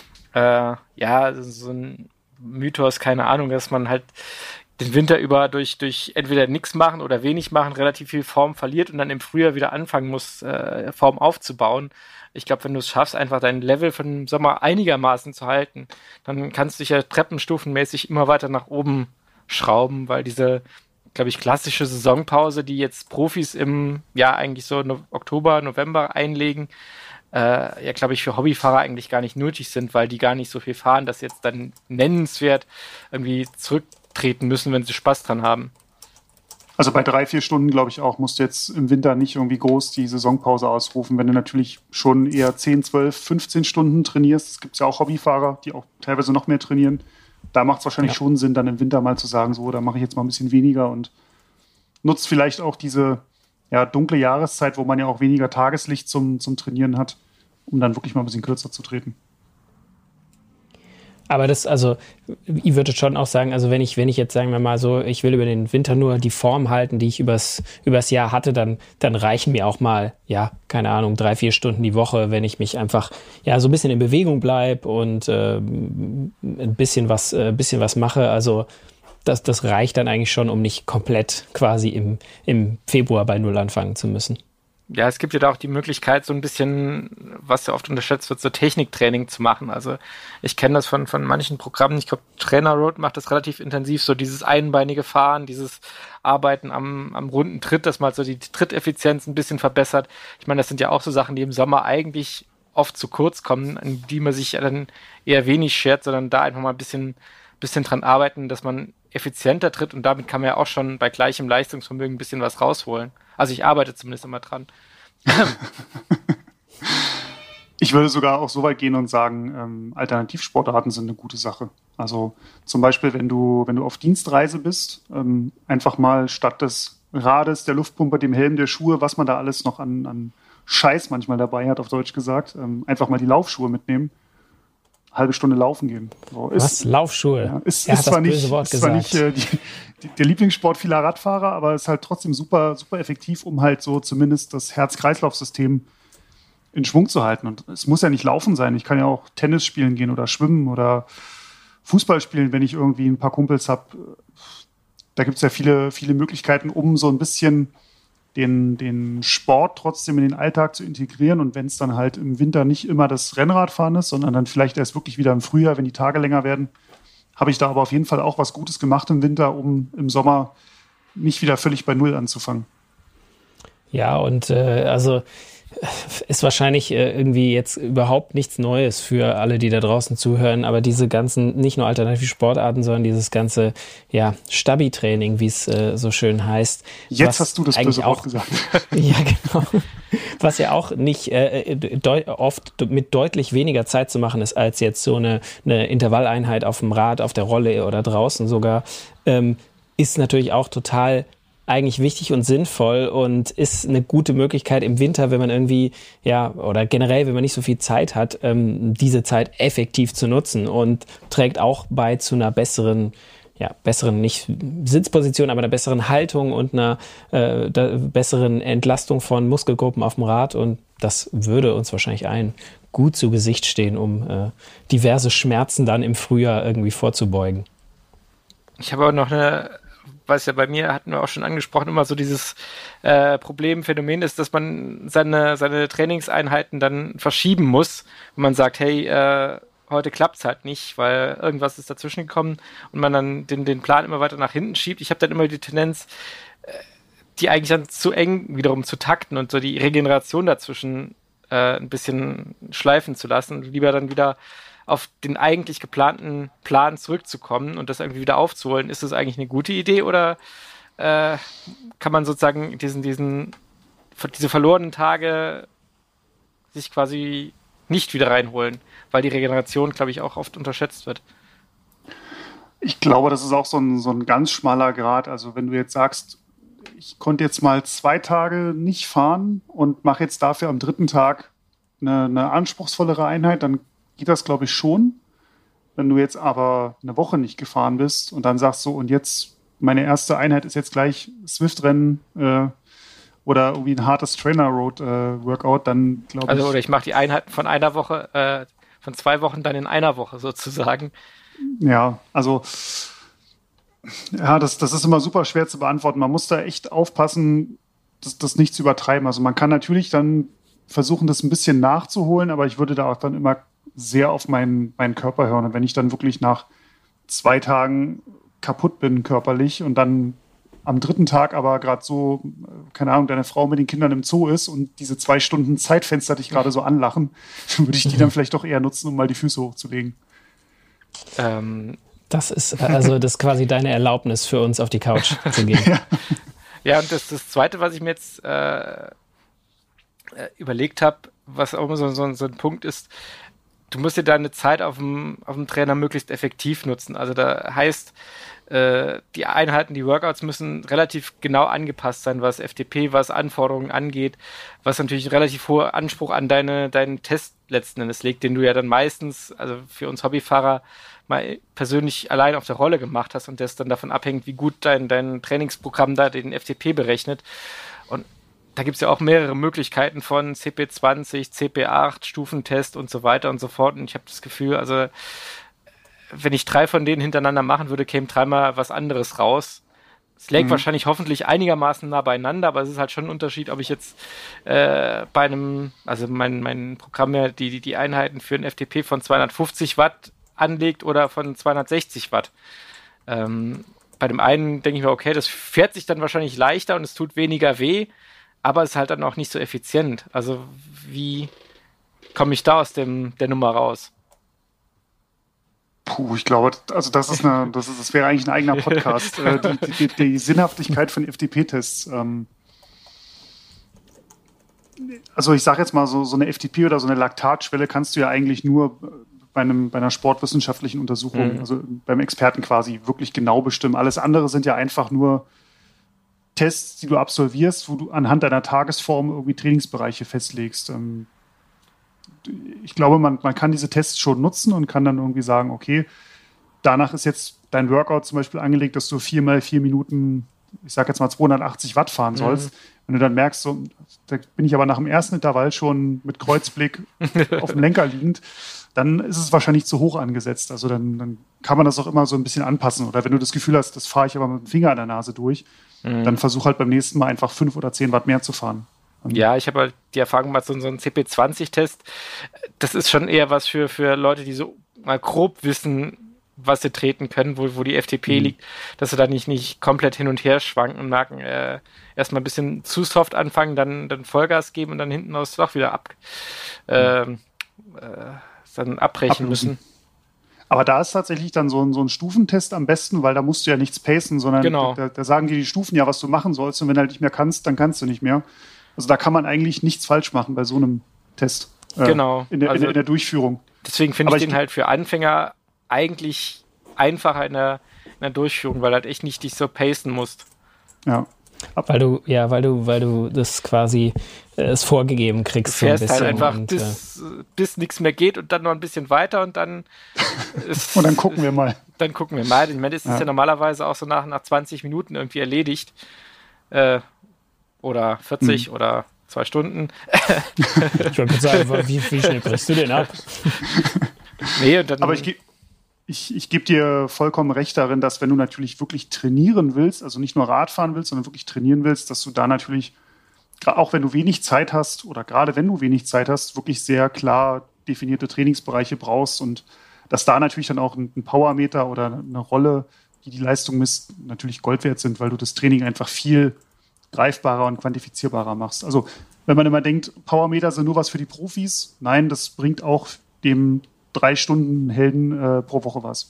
Mythos, keine Ahnung, dass man halt den Winter über durch entweder nichts machen oder wenig machen relativ viel Form verliert und dann im Frühjahr wieder anfangen muss, Form aufzubauen. Ich glaube, wenn du es schaffst, einfach dein Level von dem Sommer einigermaßen zu halten, dann kannst du dich ja treppenstufenmäßig immer weiter nach oben schrauben, weil diese, glaube ich, klassische Saisonpause, die jetzt Profis im eigentlich so Oktober, November einlegen, glaube ich, für Hobbyfahrer eigentlich gar nicht nötig sind, weil die gar nicht so viel fahren, dass jetzt dann nennenswert irgendwie zurücktreten müssen, wenn sie Spaß dran haben.
Also bei 3, 4 Stunden, glaube ich auch, musst du jetzt im Winter nicht irgendwie groß die Saisonpause ausrufen. Wenn du natürlich schon eher 10, 12, 15 Stunden trainierst, es gibt ja auch Hobbyfahrer, die auch teilweise noch mehr trainieren, da macht es wahrscheinlich schon Sinn, dann im Winter mal zu sagen, so, da mache ich jetzt mal ein bisschen weniger und nutzt vielleicht auch diese dunkle Jahreszeit, wo man ja auch weniger Tageslicht zum Trainieren hat, um dann wirklich mal ein bisschen kürzer zu treten.
Aber ich würde schon auch sagen, also wenn ich jetzt, sagen wir mal so, ich will über den Winter nur die Form halten, die ich übers Jahr hatte, dann reichen mir auch mal, keine Ahnung, 3, 4 Stunden die Woche, wenn ich mich einfach, so ein bisschen in Bewegung bleibe und ein bisschen was mache. Also das reicht dann eigentlich schon, um nicht komplett quasi im Februar bei Null anfangen zu müssen.
Ja, es gibt ja da auch die Möglichkeit, so ein bisschen, was ja oft unterschätzt wird, so Techniktraining zu machen. Also ich kenne das von manchen Programmen. Ich glaube, Trainer Road macht das relativ intensiv, so dieses einbeinige Fahren, dieses Arbeiten am runden Tritt, dass man so die Tritteffizienz ein bisschen verbessert. Ich meine, das sind ja auch so Sachen, die im Sommer eigentlich oft zu kurz kommen, an die man sich dann eher wenig schert, sondern da einfach mal ein bisschen dran arbeiten, dass man effizienter tritt und damit kann man ja auch schon bei gleichem Leistungsvermögen ein bisschen was rausholen. Also ich arbeite zumindest immer dran.
Ich würde sogar auch so weit gehen und sagen, Alternativsportarten sind eine gute Sache. Also zum Beispiel, wenn du auf Dienstreise bist, einfach mal statt des Rades, der Luftpumpe, dem Helm, der Schuhe, was man da alles noch an Scheiß manchmal dabei hat, auf Deutsch gesagt, einfach mal die Laufschuhe mitnehmen, halbe Stunde laufen gehen. So,
was? Laufschuhe?
Ja, ist zwar nicht der Lieblingssport vieler Radfahrer, aber ist halt trotzdem super, super effektiv, um halt so zumindest das Herz-Kreislauf-System in Schwung zu halten. Und es muss ja nicht laufen sein. Ich kann ja auch Tennis spielen gehen oder schwimmen oder Fußball spielen, wenn ich irgendwie ein paar Kumpels habe. Da gibt es ja viele, viele Möglichkeiten, um so ein bisschen den Sport trotzdem in den Alltag zu integrieren. Und wenn es dann halt im Winter nicht immer das Rennradfahren ist, sondern dann vielleicht erst wirklich wieder im Frühjahr, wenn die Tage länger werden, habe ich da aber auf jeden Fall auch was Gutes gemacht im Winter, um im Sommer nicht wieder völlig bei Null anzufangen.
Ja, und also ist wahrscheinlich irgendwie jetzt überhaupt nichts Neues für alle, die da draußen zuhören, aber diese ganzen, nicht nur alternative Sportarten, sondern dieses ganze, ja, Stabi-Training, wie es so schön heißt.
Jetzt hast du das böse Wort gesagt.
Ja, genau. Was ja auch nicht oft mit deutlich weniger Zeit zu machen ist, als jetzt so eine Intervalleinheit auf dem Rad, auf der Rolle oder draußen sogar, ist natürlich auch total eigentlich wichtig und sinnvoll und ist eine gute Möglichkeit im Winter, wenn man irgendwie, ja, oder generell, wenn man nicht so viel Zeit hat, diese Zeit effektiv zu nutzen und trägt auch bei zu einer besseren, nicht Sitzposition, aber einer besseren Haltung und einer besseren Entlastung von Muskelgruppen auf dem Rad, und das würde uns wahrscheinlich allen gut zu Gesicht stehen, um diverse Schmerzen dann im Frühjahr irgendwie vorzubeugen.
Ich habe auch noch was ja bei mir, hatten wir auch schon angesprochen, immer so dieses Phänomen ist, dass man seine Trainingseinheiten dann verschieben muss, wenn man sagt, hey, heute klappt's halt nicht, weil irgendwas ist dazwischen gekommen und man dann den Plan immer weiter nach hinten schiebt. Ich habe dann immer die Tendenz, die eigentlich dann zu eng wiederum zu takten und so die Regeneration dazwischen ein bisschen schleifen zu lassen und lieber dann wieder auf den eigentlich geplanten Plan zurückzukommen und das irgendwie wieder aufzuholen. Ist das eigentlich eine gute Idee oder kann man sozusagen diese verlorenen Tage sich quasi nicht wieder reinholen, weil die Regeneration, glaube ich, auch oft unterschätzt wird?
Ich glaube, das ist auch so ein ganz schmaler Grad. Also wenn du jetzt sagst, ich konnte jetzt mal 2 Tage nicht fahren und mache jetzt dafür am 3. Tag eine anspruchsvollere Einheit, dann geht das, glaube ich, schon. Wenn du jetzt aber eine Woche nicht gefahren bist und dann sagst so, und jetzt meine erste Einheit ist jetzt gleich Swift-Rennen oder irgendwie ein hartes Trainer-Road-Workout, dann glaube ich...
Also, oder ich mache die Einheiten von einer Woche, von 2 Wochen dann in einer Woche sozusagen.
Ja, also ja, das ist immer super schwer zu beantworten. Man muss da echt aufpassen, das nicht zu übertreiben. Also man kann natürlich dann versuchen, das ein bisschen nachzuholen, aber ich würde da auch dann immer sehr auf meinen Körper hören. Und wenn ich dann wirklich nach 2 Tagen kaputt bin körperlich und dann am 3. Tag aber gerade so, keine Ahnung, deine Frau mit den Kindern im Zoo ist und diese 2 Stunden Zeitfenster dich gerade so anlachen, dann würde ich die dann vielleicht doch eher nutzen, um mal die Füße hochzulegen.
Das ist quasi deine Erlaubnis für uns, auf die Couch zu gehen.
Ja, und das Zweite, was ich mir jetzt überlegt habe, was auch immer so ein Punkt ist, du musst dir deine Zeit auf dem Trainer möglichst effektiv nutzen. Also da heißt, die Einheiten, die Workouts müssen relativ genau angepasst sein, was FTP, was Anforderungen angeht, was natürlich ein relativ hoher Anspruch an deinen Test letzten Endes legt, den du ja dann meistens, also für uns Hobbyfahrer, mal persönlich allein auf der Rolle gemacht hast und das dann davon abhängt, wie gut dein Trainingsprogramm da den FTP berechnet. Und da gibt es ja auch mehrere Möglichkeiten von CP20, CP8, Stufentest und so weiter und so fort. Und ich habe das Gefühl, also wenn ich 3 von denen hintereinander machen würde, käme 3-mal was anderes raus. Es lägt wahrscheinlich hoffentlich einigermaßen nah beieinander, aber es ist halt schon ein Unterschied, ob ich jetzt bei einem, also mein Programm ja die Einheiten für einen FTP von 250 Watt anlegt oder von 260 Watt. Bei dem einen denke ich mir, okay, das fährt sich dann wahrscheinlich leichter und es tut weniger weh, aber es ist halt dann auch nicht so effizient. Also wie komme ich da aus der Nummer raus?
Ich glaube, also das wäre eigentlich ein eigener Podcast. Die Sinnhaftigkeit von FTP-Tests. Also ich sage jetzt mal, so eine FTP oder so eine Laktatschwelle kannst du ja eigentlich nur bei einer sportwissenschaftlichen Untersuchung, also beim Experten quasi, wirklich genau bestimmen. Alles andere sind ja einfach nur Tests, die du absolvierst, wo du anhand deiner Tagesform irgendwie Trainingsbereiche festlegst. Ich glaube, man kann diese Tests schon nutzen und kann dann irgendwie sagen, okay, danach ist jetzt dein Workout zum Beispiel angelegt, dass du 4 mal 4 Minuten, ich sage jetzt mal 280 Watt fahren sollst. Wenn du dann merkst, so, da bin ich aber nach dem ersten Intervall schon mit Kreuzblick auf dem Lenker liegend, dann ist es wahrscheinlich zu hoch angesetzt. Also dann kann man das auch immer so ein bisschen anpassen. Oder wenn du das Gefühl hast, das fahre ich aber mit dem Finger an der Nase durch, dann versuch halt beim nächsten Mal einfach 5 oder 10 Watt mehr zu fahren.
Ja, ich habe halt die Erfahrung gemacht, so ein CP20-Test, das ist schon eher was für Leute, die so mal grob wissen, was sie treten können, wo die FTP liegt, dass sie da nicht komplett hin und her schwanken und merken, erstmal ein bisschen zu soft anfangen, dann Vollgas geben und dann hinten aus doch wieder dann abbrechen müssen.
Aber da ist tatsächlich dann so ein Stufentest am besten, weil da musst du ja nichts pacen, sondern da sagen dir die Stufen ja, was du machen sollst, und wenn du halt nicht mehr kannst, dann kannst du nicht mehr. Also da kann man eigentlich nichts falsch machen bei so einem Test. In der Durchführung.
Deswegen finde ich den halt für Anfänger eigentlich einfacher in der Durchführung, weil halt echt nicht dich so pacen musst.
Ja.
Weil du das quasi es vorgegeben kriegst.
Du fährst halt einfach bis nichts mehr geht und dann noch ein bisschen weiter und dann
und dann gucken wir mal.
Dann gucken wir mal. Ich meine, das ist ja normalerweise auch so nach 20 Minuten irgendwie erledigt. Oder 40 oder 2 Stunden.
Ich wollte sagen, wie schnell brichst du den ab?
Nee, und dann
aber ich gebe dir vollkommen recht darin, dass wenn du natürlich wirklich trainieren willst, also nicht nur Radfahren willst, sondern wirklich trainieren willst, dass du da natürlich, auch wenn du wenig Zeit hast oder gerade wenn du wenig Zeit hast, wirklich sehr klar definierte Trainingsbereiche brauchst und dass da natürlich dann auch ein Powermeter oder eine Rolle, die Leistung misst, natürlich Gold wert sind, weil du das Training einfach viel greifbarer und quantifizierbarer machst. Also wenn man immer denkt, Powermeter sind nur was für die Profis, nein, das bringt auch dem 3-Stunden-Helden pro Woche was.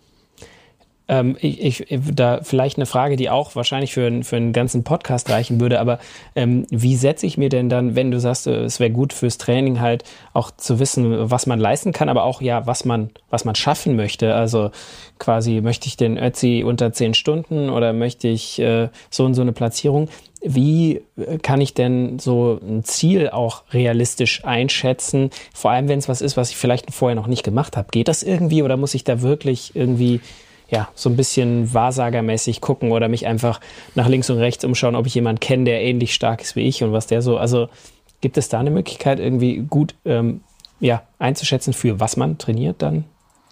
Da vielleicht eine Frage, die auch wahrscheinlich für einen ganzen Podcast reichen würde, aber wie setze ich mir denn dann, wenn du sagst, es wäre gut fürs Training halt auch zu wissen, was man leisten kann, aber auch ja, was man schaffen möchte. Also quasi, möchte ich den Ötzi unter 10 Stunden oder möchte ich so und so eine Platzierung? Wie kann ich denn so ein Ziel auch realistisch einschätzen? Vor allem, wenn es was ist, was ich vielleicht vorher noch nicht gemacht habe. Geht das irgendwie oder muss ich da wirklich irgendwie so ein bisschen wahrsagermäßig gucken oder mich einfach nach links und rechts umschauen, ob ich jemanden kenne, der ähnlich stark ist wie ich und was der so, also gibt es da eine Möglichkeit, irgendwie gut einzuschätzen, für was man trainiert dann?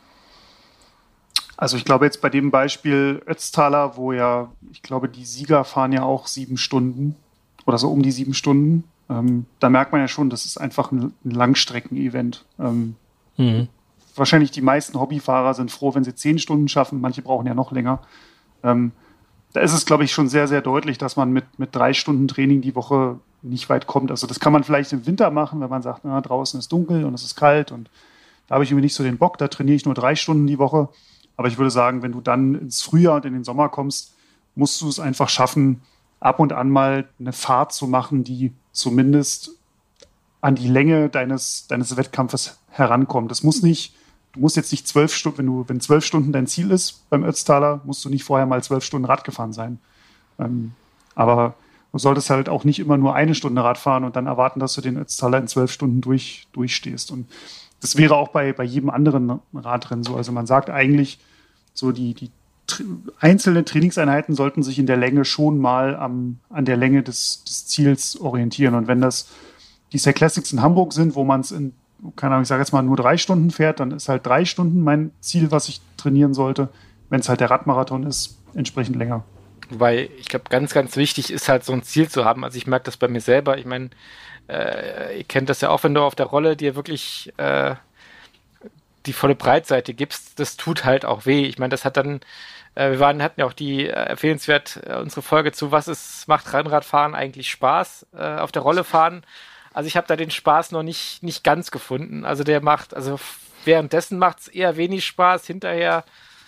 Also ich glaube jetzt bei dem Beispiel Ötztaler, wo ja, ich glaube, die Sieger fahren ja auch 7 Stunden oder so um die 7 Stunden, da merkt man ja schon, das ist einfach ein Langstrecken-Event. Wahrscheinlich die meisten Hobbyfahrer sind froh, wenn sie 10 Stunden schaffen. Manche brauchen ja noch länger. Da ist es, glaube ich, schon sehr, sehr deutlich, dass man mit 3 Stunden Training die Woche nicht weit kommt. Also das kann man vielleicht im Winter machen, wenn man sagt, draußen ist dunkel und es ist kalt und da habe ich irgendwie nicht so den Bock, da trainiere ich nur 3 Stunden die Woche. Aber ich würde sagen, wenn du dann ins Frühjahr und in den Sommer kommst, musst du es einfach schaffen, ab und an mal eine Fahrt zu machen, die zumindest an die Länge deines Wettkampfes herankommt. Du musst jetzt nicht 12 Stunden, wenn 12 Stunden dein Ziel ist beim Ötztaler, musst du nicht vorher mal 12 Stunden Rad gefahren sein. Aber du solltest halt auch nicht immer nur 1 Stunde Rad fahren und dann erwarten, dass du den Ötztaler in 12 Stunden durchstehst. Und das wäre auch bei jedem anderen Radrennen so. Also man sagt eigentlich, so die einzelnen Trainingseinheiten sollten sich in der Länge schon mal an der Länge des Ziels orientieren. Und wenn das die Cyclassics Classics in Hamburg sind, wo man es keine Ahnung, ich sage jetzt mal nur 3 Stunden fährt, dann ist halt 3 Stunden mein Ziel, was ich trainieren sollte. Wenn es halt der Radmarathon ist, entsprechend länger.
Wobei, ich glaube, ganz, ganz wichtig ist halt so ein Ziel zu haben. Also ich merke das bei mir selber. Ich meine, ihr kennt das ja auch, wenn du auf der Rolle dir wirklich die volle Breitseite gibst, das tut halt auch weh. Ich meine, das hat dann, hatten ja auch die empfehlenswert unsere Folge zu, macht Rennradfahren eigentlich Spaß, auf der Rolle fahren. Also ich habe da den Spaß noch nicht ganz gefunden. Also währenddessen macht es eher wenig Spaß, hinterher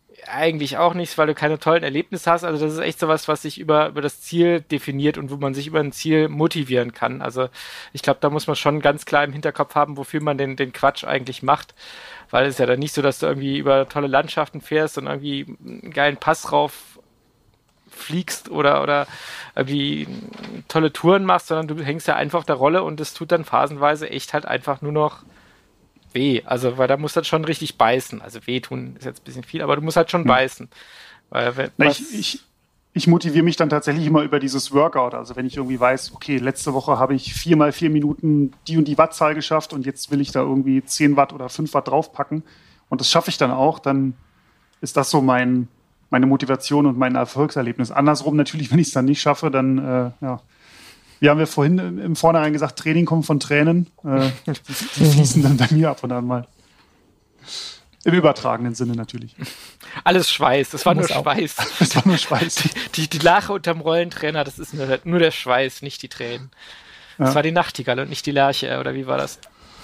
Eigentlich auch nichts, weil du keine tollen Erlebnisse hast. Also das ist echt sowas, was sich über das Ziel definiert und wo man sich über ein Ziel motivieren kann. Also ich glaube, da muss man schon ganz klar im Hinterkopf haben, wofür man den Quatsch eigentlich macht. Weil es ist ja dann nicht so, dass du irgendwie über tolle Landschaften fährst und irgendwie einen geilen Pass rauf fliegst oder irgendwie tolle Touren machst, sondern du hängst ja einfach auf der Rolle und es tut dann phasenweise echt halt einfach nur noch weh. Also, weil da musst du halt schon richtig beißen. Also wehtun ist jetzt ein bisschen viel, aber du musst halt schon beißen. Weil,
ich motiviere mich dann tatsächlich immer über dieses Workout. Also wenn ich irgendwie weiß, okay, letzte Woche habe ich 4x4 Minuten die und die Wattzahl geschafft und jetzt will ich da irgendwie 10 Watt oder 5 Watt draufpacken und das schaffe ich dann auch, dann ist das so meine Motivation und mein Erfolgserlebnis. Andersrum natürlich, wenn ich es dann nicht schaffe, dann, wie haben wir vorhin im Vornherein gesagt, Training kommt von Tränen. Die fließen dann bei mir ab und an mal. Im übertragenen Sinne natürlich.
Alles Schweiß, das war nur Schweiß.
Das war nur Schweiß.
Die Lache unterm Rollentrainer, das ist nur der Schweiß, nicht die Tränen. Das war die Nachtigall und nicht die Lerche, oder wie war das?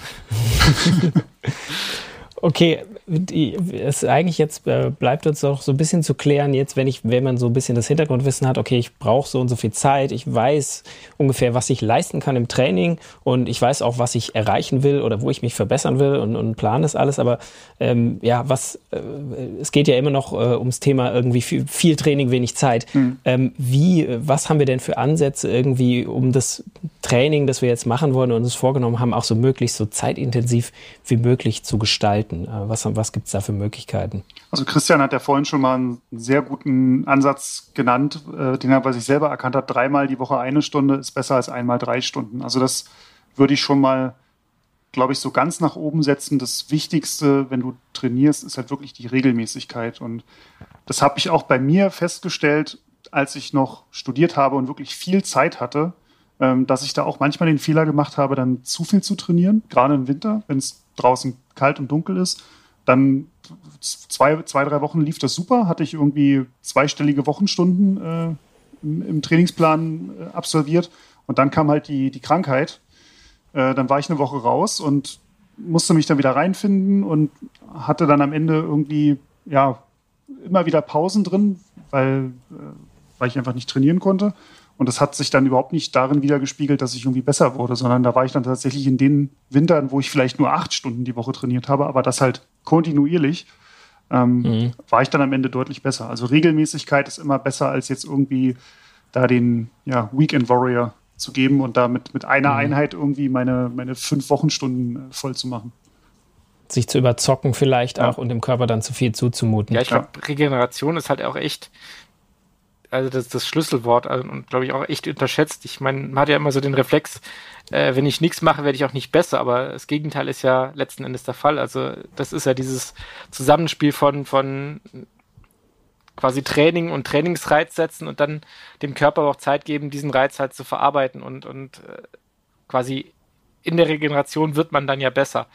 Okay, eigentlich jetzt bleibt uns auch so ein bisschen zu klären, jetzt wenn man so ein bisschen das Hintergrundwissen hat, okay, ich brauche so und so viel Zeit, ich weiß ungefähr, was ich leisten kann im Training und ich weiß auch, was ich erreichen will oder wo ich mich verbessern will und plane das alles, aber es geht ja immer noch ums Thema irgendwie viel Training, wenig Zeit. Was haben wir denn für Ansätze irgendwie, um das Training, das wir jetzt machen wollen und uns vorgenommen haben, auch so möglichst so zeitintensiv wie möglich zu gestalten? Was gibt es da für Möglichkeiten?
Also Christian hat ja vorhin schon mal einen sehr guten Ansatz genannt, den er bei sich selber erkannt hat. 3-mal die Woche 1 Stunde ist besser als 1-mal 3 Stunden. Also das würde ich schon mal, glaube ich, so ganz nach oben setzen. Das Wichtigste, wenn du trainierst, ist halt wirklich die Regelmäßigkeit. Und das habe ich auch bei mir festgestellt, als ich noch studiert habe und wirklich viel Zeit hatte, dass ich da auch manchmal den Fehler gemacht habe, dann zu viel zu trainieren, gerade im Winter, wenn es draußen kalt und dunkel ist. Dann 2-3 Wochen lief das super, hatte ich irgendwie 2-stellige Wochenstunden im Trainingsplan absolviert und dann kam halt die Krankheit. Dann war ich eine Woche raus und musste mich dann wieder reinfinden und hatte dann am Ende irgendwie immer wieder Pausen drin, weil ich einfach nicht trainieren konnte. Und das hat sich dann überhaupt nicht darin wiedergespiegelt, dass ich irgendwie besser wurde, sondern da war ich dann tatsächlich in den Wintern, wo ich vielleicht nur 8 Stunden die Woche trainiert habe, aber das halt kontinuierlich, war ich dann am Ende deutlich besser. Also Regelmäßigkeit ist immer besser, als jetzt irgendwie da den Weekend Warrior zu geben und da mit einer Einheit irgendwie meine 5 Wochenstunden voll zu machen.
Sich zu überzocken vielleicht auch und dem Körper dann zu viel zuzumuten.
Ja, ich glaube, Regeneration ist halt auch echt, also das Schlüsselwort und glaube ich auch echt unterschätzt. Ich meine, man hat ja immer so den Reflex, wenn ich nichts mache, werde ich auch nicht besser, aber das Gegenteil ist ja letzten Endes der Fall. Also das ist ja dieses Zusammenspiel von quasi Training und Trainingsreiz setzen und dann dem Körper auch Zeit geben, diesen Reiz halt zu verarbeiten und quasi in der Regeneration wird man dann ja besser.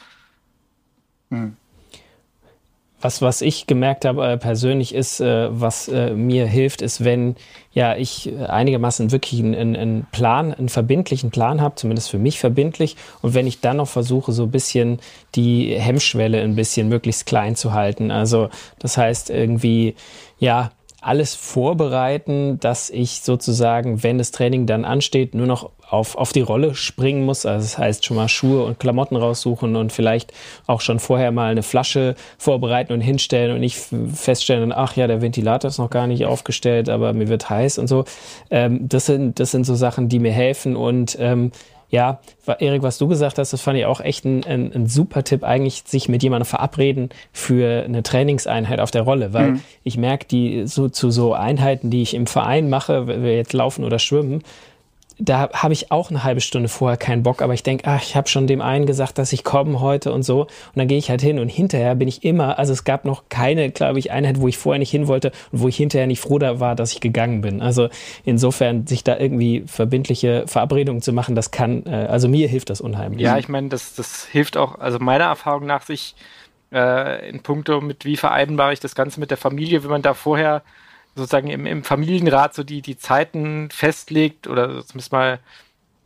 Was ich gemerkt habe persönlich ist, was mir hilft, ist, wenn ich einigermaßen wirklich einen verbindlichen Plan habe, zumindest für mich verbindlich, und wenn ich dann noch versuche, so ein bisschen die Hemmschwelle ein bisschen möglichst klein zu halten. Also das heißt irgendwie, alles vorbereiten, dass ich sozusagen, wenn das Training dann ansteht, nur noch auf die Rolle springen muss. Also das heißt schon mal Schuhe und Klamotten raussuchen und vielleicht auch schon vorher mal eine Flasche vorbereiten und hinstellen und nicht feststellen, der Ventilator ist noch gar nicht aufgestellt, aber mir wird heiß und so. Das sind so Sachen, die mir helfen und Erik, was du gesagt hast, das fand ich auch echt ein super Tipp, eigentlich sich mit jemandem verabreden für eine Trainingseinheit auf der Rolle, weil ich merke, zu so Einheiten, die ich im Verein mache, wenn wir jetzt laufen oder schwimmen, da habe ich auch eine halbe Stunde vorher keinen Bock, aber ich denke, ich habe schon dem einen gesagt, dass ich komme heute und so. Und dann gehe ich halt hin und hinterher bin ich immer, also es gab noch keine, glaube ich, Einheit, wo ich vorher nicht hin wollte und wo ich hinterher nicht froh da war, dass ich gegangen bin. Also insofern, sich da irgendwie verbindliche Verabredungen zu machen, das kann, also mir hilft das unheimlich.
Ja, ich meine, das hilft auch, also meiner Erfahrung nach, sich in puncto mit, wie vereinbare ich das Ganze mit der Familie, wenn man da vorher sozusagen im Familienrat so die Zeiten festlegt oder zumindest mal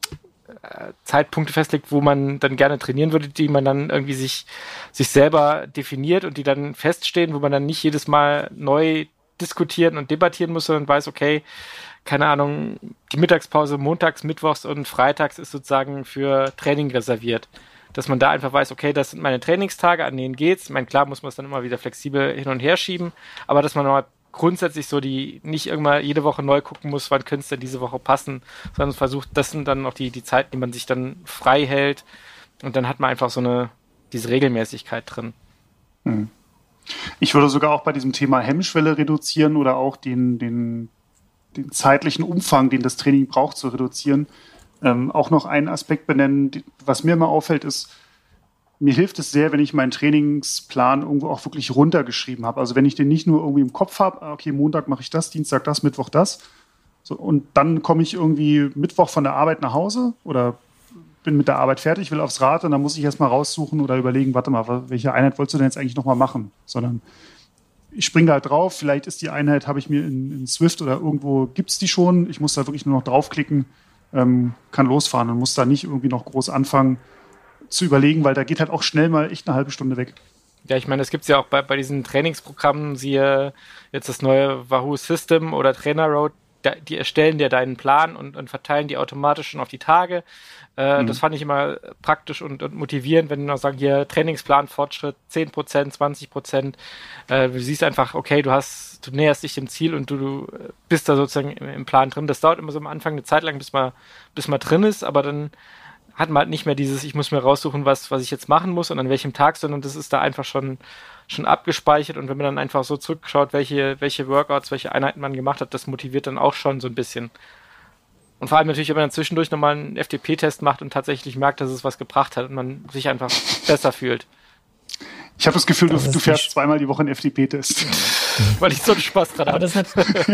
Zeitpunkte festlegt, wo man dann gerne trainieren würde, die man dann irgendwie sich selber definiert und die dann feststehen, wo man dann nicht jedes Mal neu diskutieren und debattieren muss, sondern weiß, okay, keine Ahnung, die Mittagspause montags, mittwochs und freitags ist sozusagen für Training reserviert. Dass man da einfach weiß, okay, das sind meine Trainingstage, an denen geht's. Ich meine, klar muss man es dann immer wieder flexibel hin und her schieben, aber dass man mal grundsätzlich so nicht irgendwann jede Woche neu gucken muss, wann könnte es denn diese Woche passen, sondern versucht, das sind dann auch die Zeiten, die man sich dann frei hält und dann hat man einfach diese Regelmäßigkeit drin.
Ich würde sogar auch bei diesem Thema Hemmschwelle reduzieren oder auch den zeitlichen Umfang, den das Training braucht, zu reduzieren. Auch noch einen Aspekt benennen, was mir immer auffällt, ist, mir hilft es sehr, wenn ich meinen Trainingsplan irgendwo auch wirklich runtergeschrieben habe. Also wenn ich den nicht nur irgendwie im Kopf habe, okay, Montag mache ich das, Dienstag das, Mittwoch das. So, und dann komme ich irgendwie Mittwoch von der Arbeit nach Hause oder bin mit der Arbeit fertig, will aufs Rad und dann muss ich erstmal raussuchen oder überlegen, warte mal, welche Einheit wolltest du denn jetzt eigentlich nochmal machen? Sondern ich springe da halt drauf, vielleicht ist die Einheit, habe ich mir in Swift oder irgendwo, gibt es die schon, ich muss da wirklich nur noch draufklicken, kann losfahren und muss da nicht irgendwie noch groß anfangen zu überlegen, weil da geht halt auch schnell mal echt eine halbe Stunde weg.
Ja, ich meine, das gibt es ja auch bei diesen Trainingsprogrammen, siehe jetzt das neue Wahoo System oder Trainer Road, die erstellen dir deinen Plan und verteilen die automatisch schon auf die Tage. Das fand ich immer praktisch und motivierend, wenn die noch sagen, hier Trainingsplan, Fortschritt 10%, 20%. Du siehst einfach, okay, du näherst dich dem Ziel und du bist da sozusagen im Plan drin. Das dauert immer so am Anfang eine Zeit lang, bis man drin ist, aber dann hat man halt nicht mehr dieses, ich muss mir raussuchen, was ich jetzt machen muss und an welchem Tag, sondern das ist da einfach schon abgespeichert und wenn man dann einfach so zurückschaut, welche Workouts, welche Einheiten man gemacht hat, das motiviert dann auch schon so ein bisschen. Und vor allem natürlich, wenn man dann zwischendurch nochmal einen FTP-Test macht und tatsächlich merkt, dass es was gebracht hat und man sich einfach besser fühlt.
Ich habe das Gefühl, du fährst zweimal die Woche einen FTP-Test.
Weil ich so einen Spaß dran habe.
Das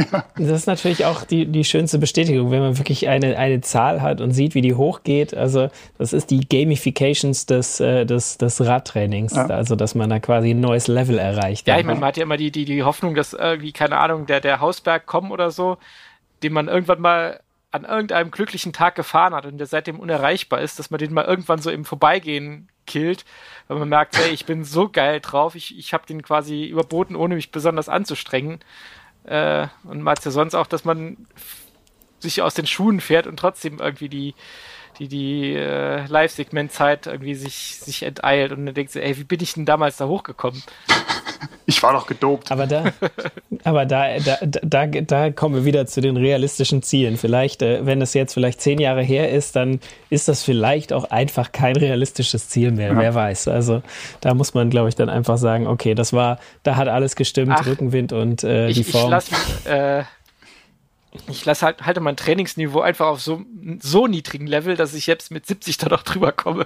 ist natürlich auch die schönste Bestätigung, wenn man wirklich eine Zahl hat und sieht, wie die hochgeht. Also das ist die Gamifications des Radtrainings. Ja. Also dass man da quasi ein neues Level erreicht.
Ja, ich meine, man hat ja immer die Hoffnung, dass irgendwie, keine Ahnung, der Hausberg kommt oder so, den man irgendwann mal an irgendeinem glücklichen Tag gefahren hat und der seitdem unerreichbar ist, dass man den mal irgendwann so im Vorbeigehen killt, weil man merkt, hey, ich bin so geil drauf, ich habe den quasi überboten, ohne mich besonders anzustrengen. Und man hat ja sonst auch, dass man sich aus den Schuhen fährt und trotzdem irgendwie die Live-Segmentzeit irgendwie sich enteilt und dann denkt so, ey, wie bin ich denn damals da hochgekommen?
Ich war doch gedopt.
Aber da kommen wir wieder zu den realistischen Zielen. Vielleicht, wenn es jetzt vielleicht 10 Jahre her ist, dann ist das vielleicht auch einfach kein realistisches Ziel mehr. Ja. Wer weiß. Also da muss man, glaube ich, dann einfach sagen, okay, da hat alles gestimmt, Rückenwind und die Form.
Ich halte mein Trainingsniveau einfach auf so niedrigen Level, dass ich jetzt mit 70 da noch drüber komme.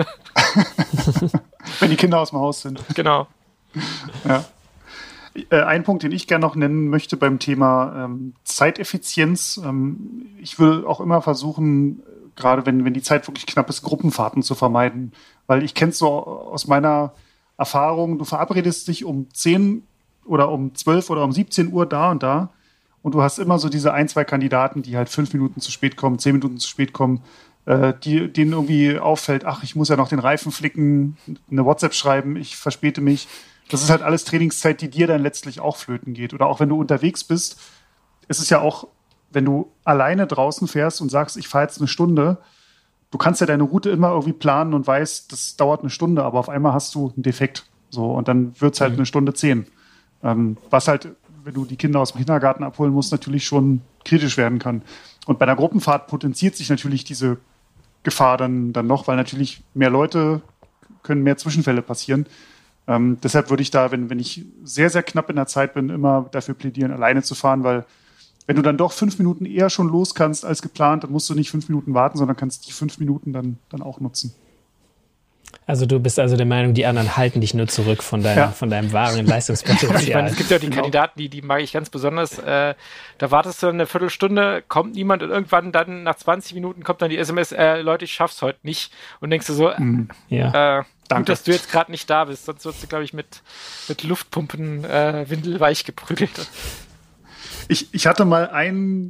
Wenn die Kinder aus dem Haus sind.
Genau.
Ja. Ein Punkt, den ich gerne noch nennen möchte beim Thema Zeiteffizienz. Ich will auch immer versuchen, gerade wenn die Zeit wirklich knapp ist, Gruppenfahrten zu vermeiden. Weil ich kenne es so aus meiner Erfahrung, du verabredest dich um 10 oder um 12 oder um 17 Uhr da und da und du hast immer so diese 1, 2 Kandidaten, die halt 5 Minuten zu spät kommen, 10 Minuten zu spät kommen, denen irgendwie auffällt, ich muss ja noch den Reifen flicken, eine WhatsApp schreiben, ich verspäte mich. Das ist halt alles Trainingszeit, die dir dann letztlich auch flöten geht. Oder auch wenn du unterwegs bist, ist es ja auch, wenn du alleine draußen fährst und sagst, ich fahre jetzt eine Stunde, du kannst ja deine Route immer irgendwie planen und weißt, das dauert eine Stunde, aber auf einmal hast du einen Defekt. So, und dann wird es halt eine Stunde 10. Was halt, wenn du die Kinder aus dem Kindergarten abholen musst, natürlich schon kritisch werden kann. Und bei einer Gruppenfahrt potenziert sich natürlich diese Gefahr dann noch, weil natürlich mehr Leute können mehr Zwischenfälle passieren. Deshalb würde ich da, wenn ich sehr, sehr knapp in der Zeit bin, immer dafür plädieren, alleine zu fahren, weil wenn du dann doch 5 Minuten eher schon los kannst als geplant, dann musst du nicht 5 Minuten warten, sondern kannst die 5 Minuten dann auch nutzen. Also
du bist also der Meinung, die anderen halten dich nur zurück von deinem wahren Leistungspotenzial.
Ich meine, es gibt ja die Kandidaten, die mag ich ganz besonders. Da wartest du eine Viertelstunde, kommt niemand und irgendwann dann nach 20 Minuten kommt dann die SMS, Leute, ich schaff's heute nicht. Und denkst du so, gut, dass du jetzt gerade nicht da bist, sonst wirst du, glaube ich, mit Luftpumpen windelweich geprügelt.
Ich hatte mal einen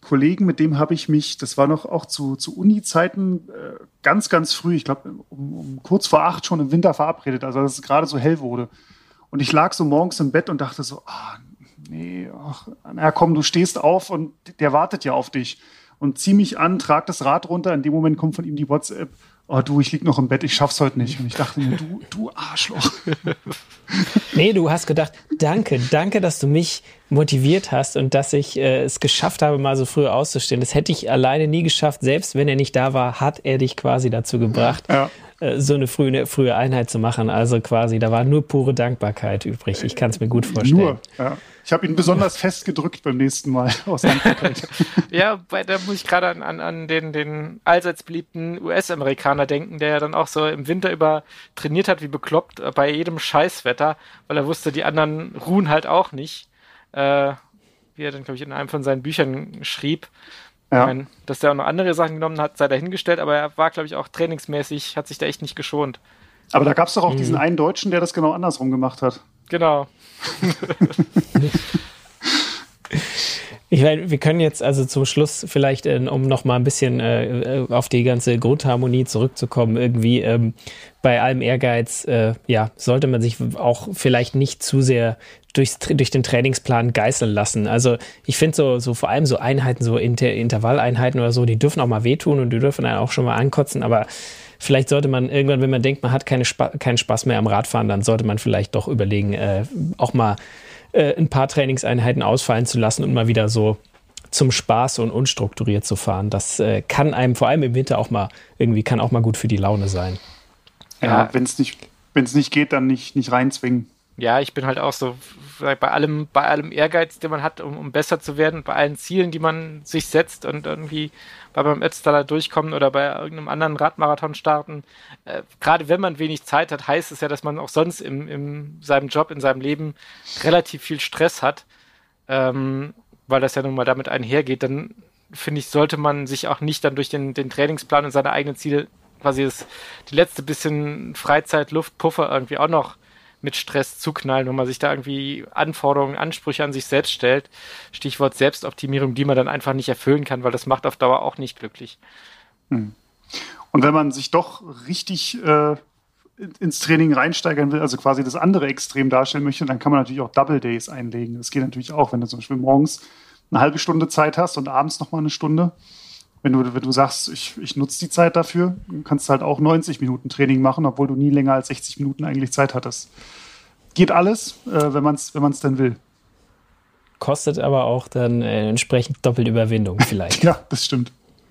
Kollegen, mit dem habe ich mich, das war noch auch zu Uni-Zeiten, ganz, ganz früh, ich glaube um kurz vor 8 schon im Winter verabredet, also dass es gerade so hell wurde. Und ich lag so morgens im Bett und dachte so, nee, na komm, du stehst auf und der wartet ja auf dich. Und zieh mich an, trag das Rad runter, in dem Moment kommt von ihm die WhatsApp, du, ich lieg noch im Bett, ich schaff's heute nicht. Und ich dachte mir, du Arschloch.
Nee, du hast gedacht, danke, dass du mich motiviert hast und dass ich es geschafft habe, mal so früh auszustehen. Das hätte ich alleine nie geschafft. Selbst wenn er nicht da war, hat er dich quasi dazu gebracht, so eine frühe Einheit zu machen. Also quasi, da war nur pure Dankbarkeit übrig. Ich kann es mir gut vorstellen.
Nur, ja. Ich habe ihn besonders fest gedrückt beim nächsten Mal aus Dankbarkeit.
Ja, da muss ich gerade an den allseits beliebten US-Amerikaner denken, der ja dann auch so im Winter über trainiert hat wie bekloppt bei jedem Scheißwetter, weil er wusste, die anderen ruhen halt auch nicht. Wie er dann, glaube ich, in einem von seinen Büchern schrieb. Ja. Ich meine, dass der auch noch andere Sachen genommen hat, sei dahingestellt, aber er war, glaube ich, auch trainingsmäßig, hat sich da echt nicht geschont.
Aber da gab es doch auch diesen einen Deutschen, der das genau andersrum gemacht hat.
Genau.
Ich meine, wir können jetzt also zum Schluss vielleicht, um noch mal ein bisschen auf die ganze Grundharmonie zurückzukommen, irgendwie bei allem Ehrgeiz, sollte man sich auch vielleicht nicht zu sehr durch den Trainingsplan geißeln lassen. Also ich finde so vor allem so Einheiten, so Intervalleinheiten oder so, die dürfen auch mal wehtun und die dürfen einen auch schon mal ankotzen, aber vielleicht sollte man irgendwann, wenn man denkt, man hat keinen Spaß mehr am Radfahren, dann sollte man vielleicht doch überlegen, auch mal ein paar Trainingseinheiten ausfallen zu lassen und mal wieder so zum Spaß und unstrukturiert zu fahren. Das kann einem vor allem im Winter auch mal kann auch mal gut für die Laune sein.
Ja, wenn es nicht geht, dann nicht reinzwingen.
Ja, ich bin halt auch so bei allem Ehrgeiz, den man hat, um besser zu werden, bei allen Zielen, die man sich setzt und irgendwie beim Ötztaler durchkommen oder bei irgendeinem anderen Radmarathon starten. Gerade wenn man wenig Zeit hat, heißt es ja, dass man auch sonst in seinem Job, in seinem Leben relativ viel Stress hat, weil das ja nun mal damit einhergeht. Dann finde ich, sollte man sich auch nicht dann durch den Trainingsplan und seine eigenen Ziele quasi die letzte bisschen Freizeit, Luft, Puffer irgendwie auch noch mit Stress zuknallen, wenn man sich da irgendwie Anforderungen, Ansprüche an sich selbst stellt. Stichwort Selbstoptimierung, die man dann einfach nicht erfüllen kann, weil das macht auf Dauer auch nicht glücklich.
Und wenn man sich doch richtig ins Training reinsteigern will, also quasi das andere Extrem darstellen möchte, dann kann man natürlich auch Double Days einlegen. Das geht natürlich auch, wenn du zum Beispiel morgens eine halbe Stunde Zeit hast und abends nochmal eine Stunde. Wenn du sagst, ich nutze die Zeit dafür, kannst du halt auch 90 Minuten Training machen, obwohl du nie länger als 60 Minuten eigentlich Zeit hattest. Geht alles, wenn man es dann will.
Kostet aber auch dann entsprechend Doppelüberwindung vielleicht.
Ja, das stimmt.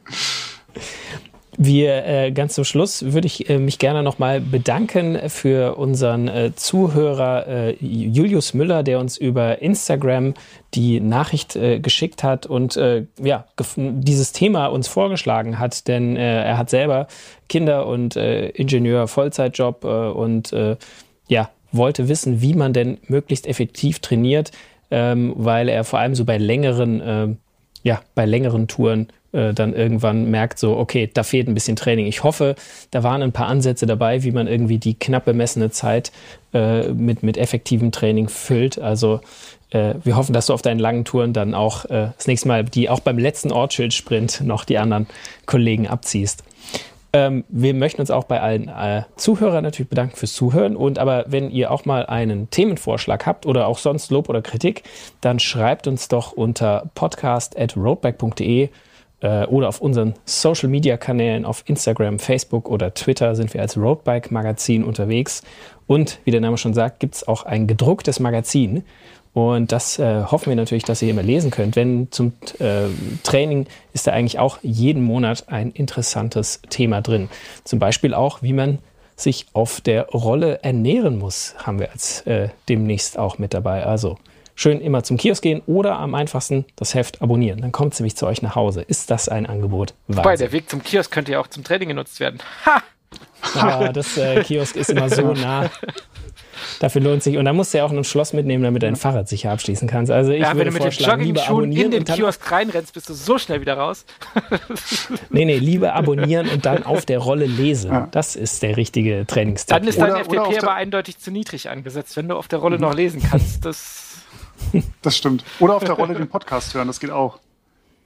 Ganz zum Schluss würde ich mich gerne nochmal bedanken für unseren Zuhörer Julius Müller, der uns über Instagram die Nachricht geschickt hat und dieses Thema uns vorgeschlagen hat, denn er hat selber Kinder und Ingenieur, Vollzeitjob und wollte wissen, wie man denn möglichst effektiv trainiert, weil er vor allem so bei längeren Touren dann irgendwann merkt, so, okay, da fehlt ein bisschen Training. Ich hoffe, da waren ein paar Ansätze dabei, wie man irgendwie die knapp bemessene Zeit mit effektivem Training füllt. Also wir hoffen, dass du auf deinen langen Touren dann auch das nächste Mal, auch beim letzten Ortsschild-Sprint noch die anderen Kollegen abziehst. Wir möchten uns auch bei allen Zuhörern natürlich bedanken fürs Zuhören. Aber wenn ihr auch mal einen Themenvorschlag habt oder auch sonst Lob oder Kritik, dann schreibt uns doch unter podcast@roadbike.de oder auf unseren Social-Media-Kanälen auf Instagram, Facebook oder Twitter sind wir als Roadbike-Magazin unterwegs. Und wie der Name schon sagt, gibt es auch ein gedrucktes Magazin. Und das hoffen wir natürlich, dass ihr immer lesen könnt. Denn zum Training ist da eigentlich auch jeden Monat ein interessantes Thema drin. Zum Beispiel auch, wie man sich auf der Rolle ernähren muss, haben wir als demnächst auch mit dabei. Also schön immer zum Kiosk gehen oder am einfachsten das Heft abonnieren. Dann kommt es nämlich zu euch nach Hause. Ist das ein Angebot? Wahnsinn.
Wobei, der Weg zum Kiosk könnte ja auch zum Training genutzt werden. Ha!
Aber das Kiosk ist immer so nah. Dafür lohnt sich. Und dann musst du ja auch ein Schloss mitnehmen, damit dein Fahrrad sicher abschließen kannst. Also ich würde vorschlagen, lieber abonnieren.
Wenn du mit den Joggingschuhen in den Kiosk reinrennst, bist du so schnell wieder raus.
Nee, lieber abonnieren und dann auf der Rolle lesen. Ja. Das ist der richtige Trainingstipp.
Dann ist dein FDP aber eindeutig zu niedrig angesetzt, wenn du auf der Rolle noch lesen kannst.
Das stimmt. Oder auf der Rolle den Podcast hören, das geht auch.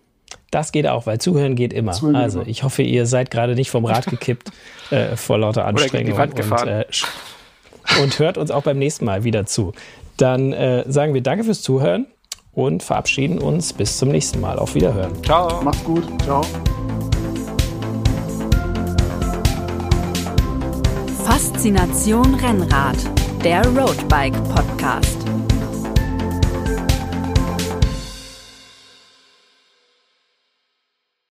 Das geht auch, weil Zuhören geht immer. Also ich hoffe, ihr seid gerade nicht vom Rad gekippt vor lauter Anstrengung.
Oder gegen die Wand gefahren.
Und hört uns auch beim nächsten Mal wieder zu. Dann sagen wir danke fürs Zuhören und verabschieden uns bis zum nächsten Mal. Auf Wiederhören.
Ciao. Macht's gut. Ciao.
Faszination Rennrad, der Roadbike Podcast.